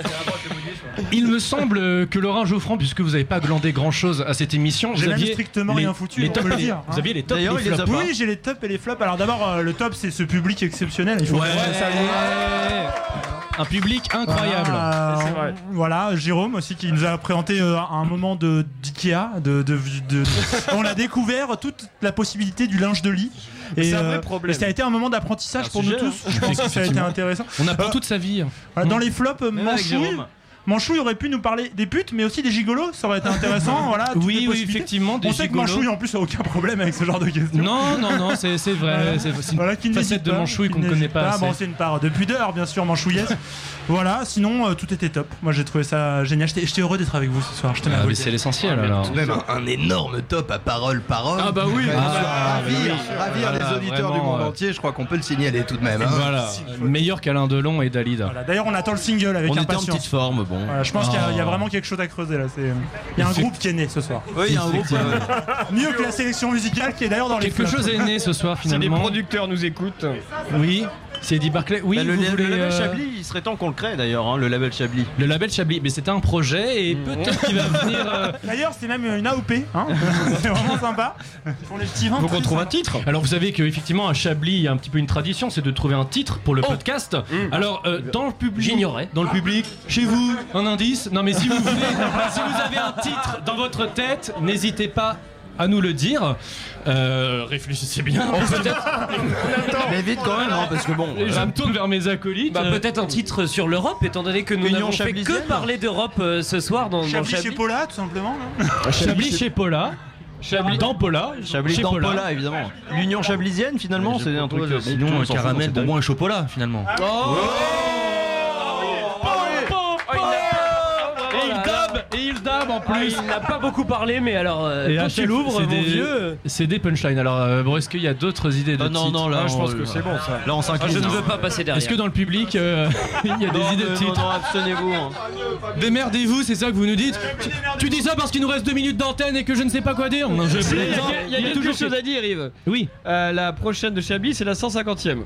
[SPEAKER 1] Il me semble que Laurent Geoffrand, puisque vous n'avez pas glandé grand chose à cette émission,
[SPEAKER 14] J'ai
[SPEAKER 1] vous
[SPEAKER 14] même
[SPEAKER 1] aviez
[SPEAKER 14] strictement
[SPEAKER 1] les,
[SPEAKER 14] rien foutu,
[SPEAKER 1] les
[SPEAKER 14] on
[SPEAKER 1] tops
[SPEAKER 14] peut le
[SPEAKER 1] et les-
[SPEAKER 14] dire, hein.
[SPEAKER 1] Vous aviez les tops et
[SPEAKER 12] D'ailleurs,
[SPEAKER 1] les
[SPEAKER 12] il les a
[SPEAKER 1] flops.
[SPEAKER 12] pas.
[SPEAKER 14] Oui, j'ai les tops et les flops. Alors d'abord euh, le top c'est ce public exceptionnel, il faut
[SPEAKER 1] Ouais.
[SPEAKER 14] vraiment le saluer.
[SPEAKER 1] Un public incroyable.
[SPEAKER 14] Euh,
[SPEAKER 18] C'est vrai.
[SPEAKER 14] Voilà, Jérôme aussi qui nous a présenté euh, un moment de d'Ikea. De, de, de- on a découvert toute la possibilité du linge de lit. Et,
[SPEAKER 18] C'est un vrai
[SPEAKER 14] euh,
[SPEAKER 18] problème.
[SPEAKER 14] et ça a été un moment d'apprentissage
[SPEAKER 1] C'est un
[SPEAKER 14] pour
[SPEAKER 1] sujet,
[SPEAKER 14] nous tous.
[SPEAKER 1] hein.
[SPEAKER 14] Je pense que ça a été
[SPEAKER 1] Effectivement.
[SPEAKER 14] intéressant.
[SPEAKER 1] On apprend
[SPEAKER 14] Euh,
[SPEAKER 1] toute sa vie.
[SPEAKER 14] Voilà, dans les flops,
[SPEAKER 1] Même avec
[SPEAKER 14] Manchouille.
[SPEAKER 1] Jérôme.
[SPEAKER 14] Manchouille aurait pu nous parler des putes, mais aussi des gigolos, ça aurait été intéressant. Voilà, toutes
[SPEAKER 1] Oui,
[SPEAKER 14] les
[SPEAKER 1] oui,
[SPEAKER 14] possibilités.
[SPEAKER 1] effectivement, des
[SPEAKER 14] On sait que
[SPEAKER 1] gigolos.
[SPEAKER 14] Manchouille en plus a aucun problème avec ce genre de questions.
[SPEAKER 1] Non, non, non, c'est c'est vrai.
[SPEAKER 14] Voilà.
[SPEAKER 1] C'est c'est une
[SPEAKER 14] Voilà, qui
[SPEAKER 1] facette
[SPEAKER 14] n'hésite
[SPEAKER 1] de
[SPEAKER 14] pas,
[SPEAKER 1] Manchouille
[SPEAKER 14] qui
[SPEAKER 1] qu'on ne connaît
[SPEAKER 14] n'hésite
[SPEAKER 1] pas assez.
[SPEAKER 14] Bon, c'est une part de pudeur, bien sûr, manchouillaise. Voilà, sinon, euh, tout était top. Moi, j'ai trouvé ça génial. J'étais j'étais heureux d'être avec vous ce soir. Je tenais à
[SPEAKER 1] Ah,
[SPEAKER 14] vous
[SPEAKER 1] mais
[SPEAKER 14] le
[SPEAKER 1] c'est
[SPEAKER 14] dire.
[SPEAKER 1] l'essentiel alors.
[SPEAKER 12] Tout de même un, un énorme top à parole parole.
[SPEAKER 11] Ah bah oui.
[SPEAKER 12] Qui va
[SPEAKER 1] Ah,
[SPEAKER 12] ravir,
[SPEAKER 1] oui.
[SPEAKER 12] ravir
[SPEAKER 1] Voilà,
[SPEAKER 12] les auditeurs du
[SPEAKER 1] vraiment,
[SPEAKER 12] monde
[SPEAKER 1] euh,
[SPEAKER 12] entier. Je crois qu'on peut le signaler tout de même. hein.
[SPEAKER 1] Voilà, meilleur qu'Alain Delon et Dalida.
[SPEAKER 14] Voilà. D'ailleurs, on attend le single avec
[SPEAKER 2] On était en
[SPEAKER 14] impatience.
[SPEAKER 2] petite forme, bon.
[SPEAKER 14] Voilà, je pense qu'il y a- il y, a
[SPEAKER 1] Oh.
[SPEAKER 14] vraiment quelque chose à creuser là. C'est- Il y a un groupe qui est né ce soir.
[SPEAKER 2] Oui, il y a un groupe. euh,
[SPEAKER 14] Mieux que la sélection musicale qui est d'ailleurs dans les
[SPEAKER 1] Quelque
[SPEAKER 14] flops.
[SPEAKER 1] chose est né ce soir
[SPEAKER 11] Si les
[SPEAKER 1] finalement.
[SPEAKER 11] producteurs nous écoutent.
[SPEAKER 1] Oui, c'est Eddie Barclay. Oui,
[SPEAKER 2] bah, le,
[SPEAKER 1] vous
[SPEAKER 2] le
[SPEAKER 1] voulez,
[SPEAKER 2] label
[SPEAKER 1] euh,
[SPEAKER 2] Chablis, il serait temps qu'on le crée d'ailleurs, hein, le label Chablis.
[SPEAKER 1] Le label Chablis, mais c'était un projet et peut-être qu'il va venir. euh,
[SPEAKER 14] D'ailleurs, c'est même une A O P. Hein c'est vraiment sympa. Ils font les petits vins.
[SPEAKER 11] Faut qu'on trouve un titre.
[SPEAKER 1] Alors vous savez qu'effectivement à Chablis il y a un petit peu une tradition, c'est de trouver un titre pour le podcast. Alors euh, dans le public,
[SPEAKER 11] J'ignorais.
[SPEAKER 1] Dans le public, chez vous, un indice. Non mais si vous voulez, si vous avez un titre dans votre tête, n'hésitez pas à nous le dire. Euh, réfléchissez bien.
[SPEAKER 2] Mais vite quand même, hein, parce que bon.
[SPEAKER 1] Et je me tourne vers mes acolytes.
[SPEAKER 3] Bah,
[SPEAKER 1] Euh,
[SPEAKER 3] peut-être un titre sur l'Europe, étant donné que nous
[SPEAKER 2] Union
[SPEAKER 3] n'avons fait que
[SPEAKER 2] chablisienne.
[SPEAKER 3] parler d'Europe euh, ce soir dans, dans
[SPEAKER 14] Chablis chez
[SPEAKER 3] Chablis.
[SPEAKER 14] Paula, tout simplement. non
[SPEAKER 1] Chablis chez Paula. Chablis dans Paula.
[SPEAKER 2] Chablis
[SPEAKER 1] chez
[SPEAKER 2] dans Paula, évidemment. L'Union chablisienne, finalement, c'est un truc. euh,
[SPEAKER 20] Sinon,
[SPEAKER 2] tout le
[SPEAKER 20] un
[SPEAKER 2] monde s'en fout,
[SPEAKER 20] caramel,
[SPEAKER 2] c'est
[SPEAKER 20] bonbon et chocolat finalement.
[SPEAKER 1] Et il dab, et il dab en
[SPEAKER 3] Ah,
[SPEAKER 1] plus.
[SPEAKER 3] il n'a pas beaucoup parlé, mais alors, euh,
[SPEAKER 1] Et
[SPEAKER 3] quand
[SPEAKER 1] à
[SPEAKER 3] tu
[SPEAKER 1] chaque-
[SPEAKER 3] l'ouvres,
[SPEAKER 1] c'est
[SPEAKER 3] mon
[SPEAKER 1] des-
[SPEAKER 3] vieux.
[SPEAKER 1] C'est des punchlines. Alors, euh, bon, est-ce qu'il y a d'autres idées de
[SPEAKER 2] Ah non,
[SPEAKER 1] titres
[SPEAKER 2] non, là,
[SPEAKER 3] Ah, je pense
[SPEAKER 2] on-
[SPEAKER 3] que c'est bon ça.
[SPEAKER 2] Là, on
[SPEAKER 3] Ah,
[SPEAKER 2] s'incline.
[SPEAKER 3] je ne
[SPEAKER 2] hein.
[SPEAKER 3] veux pas passer derrière.
[SPEAKER 1] Est-ce que dans le public, euh, il y a des
[SPEAKER 2] Non,
[SPEAKER 1] idées de
[SPEAKER 2] mais non,
[SPEAKER 1] titres
[SPEAKER 2] non, abstenez-vous. hein.
[SPEAKER 1] Démerdez-vous, c'est ça que vous nous dites. Tu, tu dis ça parce qu'il nous reste deux minutes d'antenne et que je ne sais pas quoi dire. Non, je
[SPEAKER 11] Il y a,
[SPEAKER 1] plaisante.
[SPEAKER 11] il y a
[SPEAKER 1] Il y a
[SPEAKER 11] quelque
[SPEAKER 1] toujours
[SPEAKER 11] chose à dire, Yves.
[SPEAKER 1] Oui.
[SPEAKER 11] Euh, la prochaine de Chablis, c'est la cent cinquantième.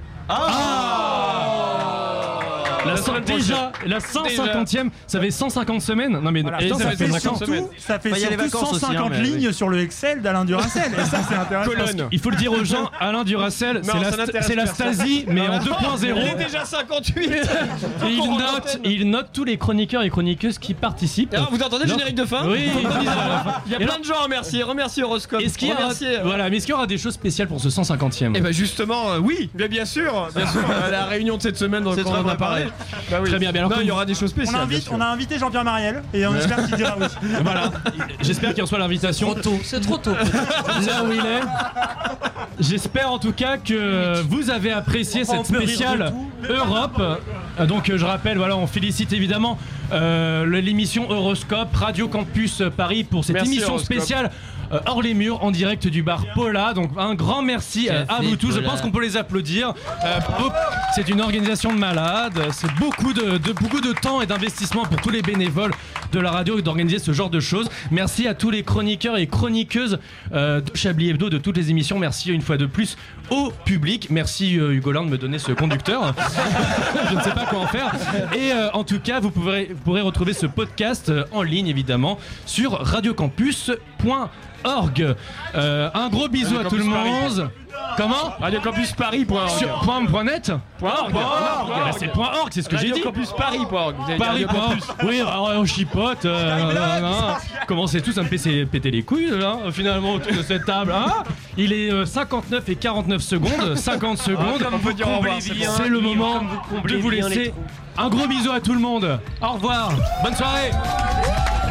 [SPEAKER 1] La
[SPEAKER 11] La
[SPEAKER 1] cent-
[SPEAKER 11] semaine
[SPEAKER 1] déjà, la cent cinquantième, ça fait cent cinquante semaines. Non mais
[SPEAKER 14] Voilà.
[SPEAKER 1] putain,
[SPEAKER 14] Et
[SPEAKER 1] ça,
[SPEAKER 14] ça
[SPEAKER 1] fait
[SPEAKER 14] fait
[SPEAKER 1] vacances.
[SPEAKER 14] surtout, ça fait
[SPEAKER 2] Bah, il y a les
[SPEAKER 14] surtout
[SPEAKER 2] vacances aussi, hein,
[SPEAKER 14] cent cinquante
[SPEAKER 2] mais
[SPEAKER 14] lignes
[SPEAKER 2] oui.
[SPEAKER 14] sur le Excel d'Alain Duracell. Et ça, c'est intéressant.
[SPEAKER 11] Colonne.
[SPEAKER 1] Il faut le dire aux gens, Alain Duracell, c'est
[SPEAKER 11] Non,
[SPEAKER 1] la,
[SPEAKER 11] ça n'intéresse
[SPEAKER 1] c'est la
[SPEAKER 11] personne.
[SPEAKER 1] Stasi, mais en deux point zéro.
[SPEAKER 11] Il est déjà cinquante-huit.
[SPEAKER 1] Et il note, il note tous les chroniqueurs et chroniqueuses qui participent.
[SPEAKER 11] Alors, vous entendez le
[SPEAKER 1] Non.
[SPEAKER 11] générique de fin
[SPEAKER 1] Oui.
[SPEAKER 11] Il y a
[SPEAKER 1] Et
[SPEAKER 11] plein de gens à remercier. Remerciez Horoscope.
[SPEAKER 1] Est-ce qu'il y aura,
[SPEAKER 11] Remerciez, euh,
[SPEAKER 1] voilà, mais est-ce qu'il y aura des choses spéciales pour ce cent cinquantième?
[SPEAKER 11] Eh ben justement, euh, oui, bien, bien sûr, bien sûr. À la réunion de cette semaine, donc
[SPEAKER 2] C'est
[SPEAKER 11] on
[SPEAKER 2] très
[SPEAKER 11] en a
[SPEAKER 2] préparé.
[SPEAKER 11] parlé. Bah oui.
[SPEAKER 1] Très bien, bien. Alors,
[SPEAKER 11] Non,
[SPEAKER 1] comme-
[SPEAKER 11] il y aura des choses
[SPEAKER 14] On
[SPEAKER 11] spéciales.
[SPEAKER 14] a,
[SPEAKER 11] bien
[SPEAKER 14] invité,
[SPEAKER 11] sûr.
[SPEAKER 14] on a invité Jean-Pierre Mariel et on espère qu'il dira oui.
[SPEAKER 1] Voilà, j'espère qu'il reçoit l'invitation.
[SPEAKER 3] Trop tôt, c'est trop tôt.
[SPEAKER 1] Là où il est. J'espère en tout cas que vous avez apprécié cette
[SPEAKER 3] peut rire de
[SPEAKER 1] spéciale Europe. Euh, Donc euh, je rappelle, voilà, on félicite évidemment euh, le- l'émission Horoscope, Radio Campus Paris pour cette
[SPEAKER 11] Merci,
[SPEAKER 1] émission
[SPEAKER 11] Horoscope.
[SPEAKER 1] spéciale euh, hors les murs en direct du bar Paula. Donc un grand merci euh, à
[SPEAKER 3] Café
[SPEAKER 1] vous tous. Je
[SPEAKER 3] Paula.
[SPEAKER 1] pense qu'on peut les applaudir. Euh, beau- c'est une organisation de malades. C'est beaucoup de, de- beaucoup de temps et d'investissement pour tous les bénévoles de la radio d'organiser ce genre de choses. Merci à tous les chroniqueurs et chroniqueuses euh, de Chablis Hebdo, de toutes les émissions. Merci une fois de plus au public. Merci euh, Hugo Land de me donner ce conducteur. Je ne sais pas quoi en faire. Et euh, en tout cas, vous pourrez, vous pourrez retrouver ce podcast euh, en ligne évidemment sur radiocampus point org. Euh, un gros bisou à tout le monde. Comment
[SPEAKER 11] Radio Campus Paris. Point org.
[SPEAKER 1] Sur point, point net
[SPEAKER 11] Point org.
[SPEAKER 1] Point org.
[SPEAKER 11] Point org.
[SPEAKER 1] Bah, c'est point org, c'est ce que j'ai
[SPEAKER 11] Radio
[SPEAKER 1] dit.
[SPEAKER 11] Campus Paris. Point org. Vous avez dit
[SPEAKER 1] Paris.
[SPEAKER 11] Radio
[SPEAKER 1] point org.
[SPEAKER 11] Campus.
[SPEAKER 1] Oui, alors, on chipote. euh, nan, nan, nan. Commencez tous à me péter, péter les couilles là, finalement autour de cette table. Hein. Il est euh, cinquante-neuf et quarante-neuf secondes. cinquante secondes.
[SPEAKER 11] Comme vous dire au revoir, c'est bon.
[SPEAKER 1] C'est le moment
[SPEAKER 3] Comme vous
[SPEAKER 1] de
[SPEAKER 3] comblez
[SPEAKER 1] vous
[SPEAKER 3] bien les
[SPEAKER 1] laisser.
[SPEAKER 3] trous.
[SPEAKER 1] Un gros bisou à tout le monde. Au revoir. Bonne soirée.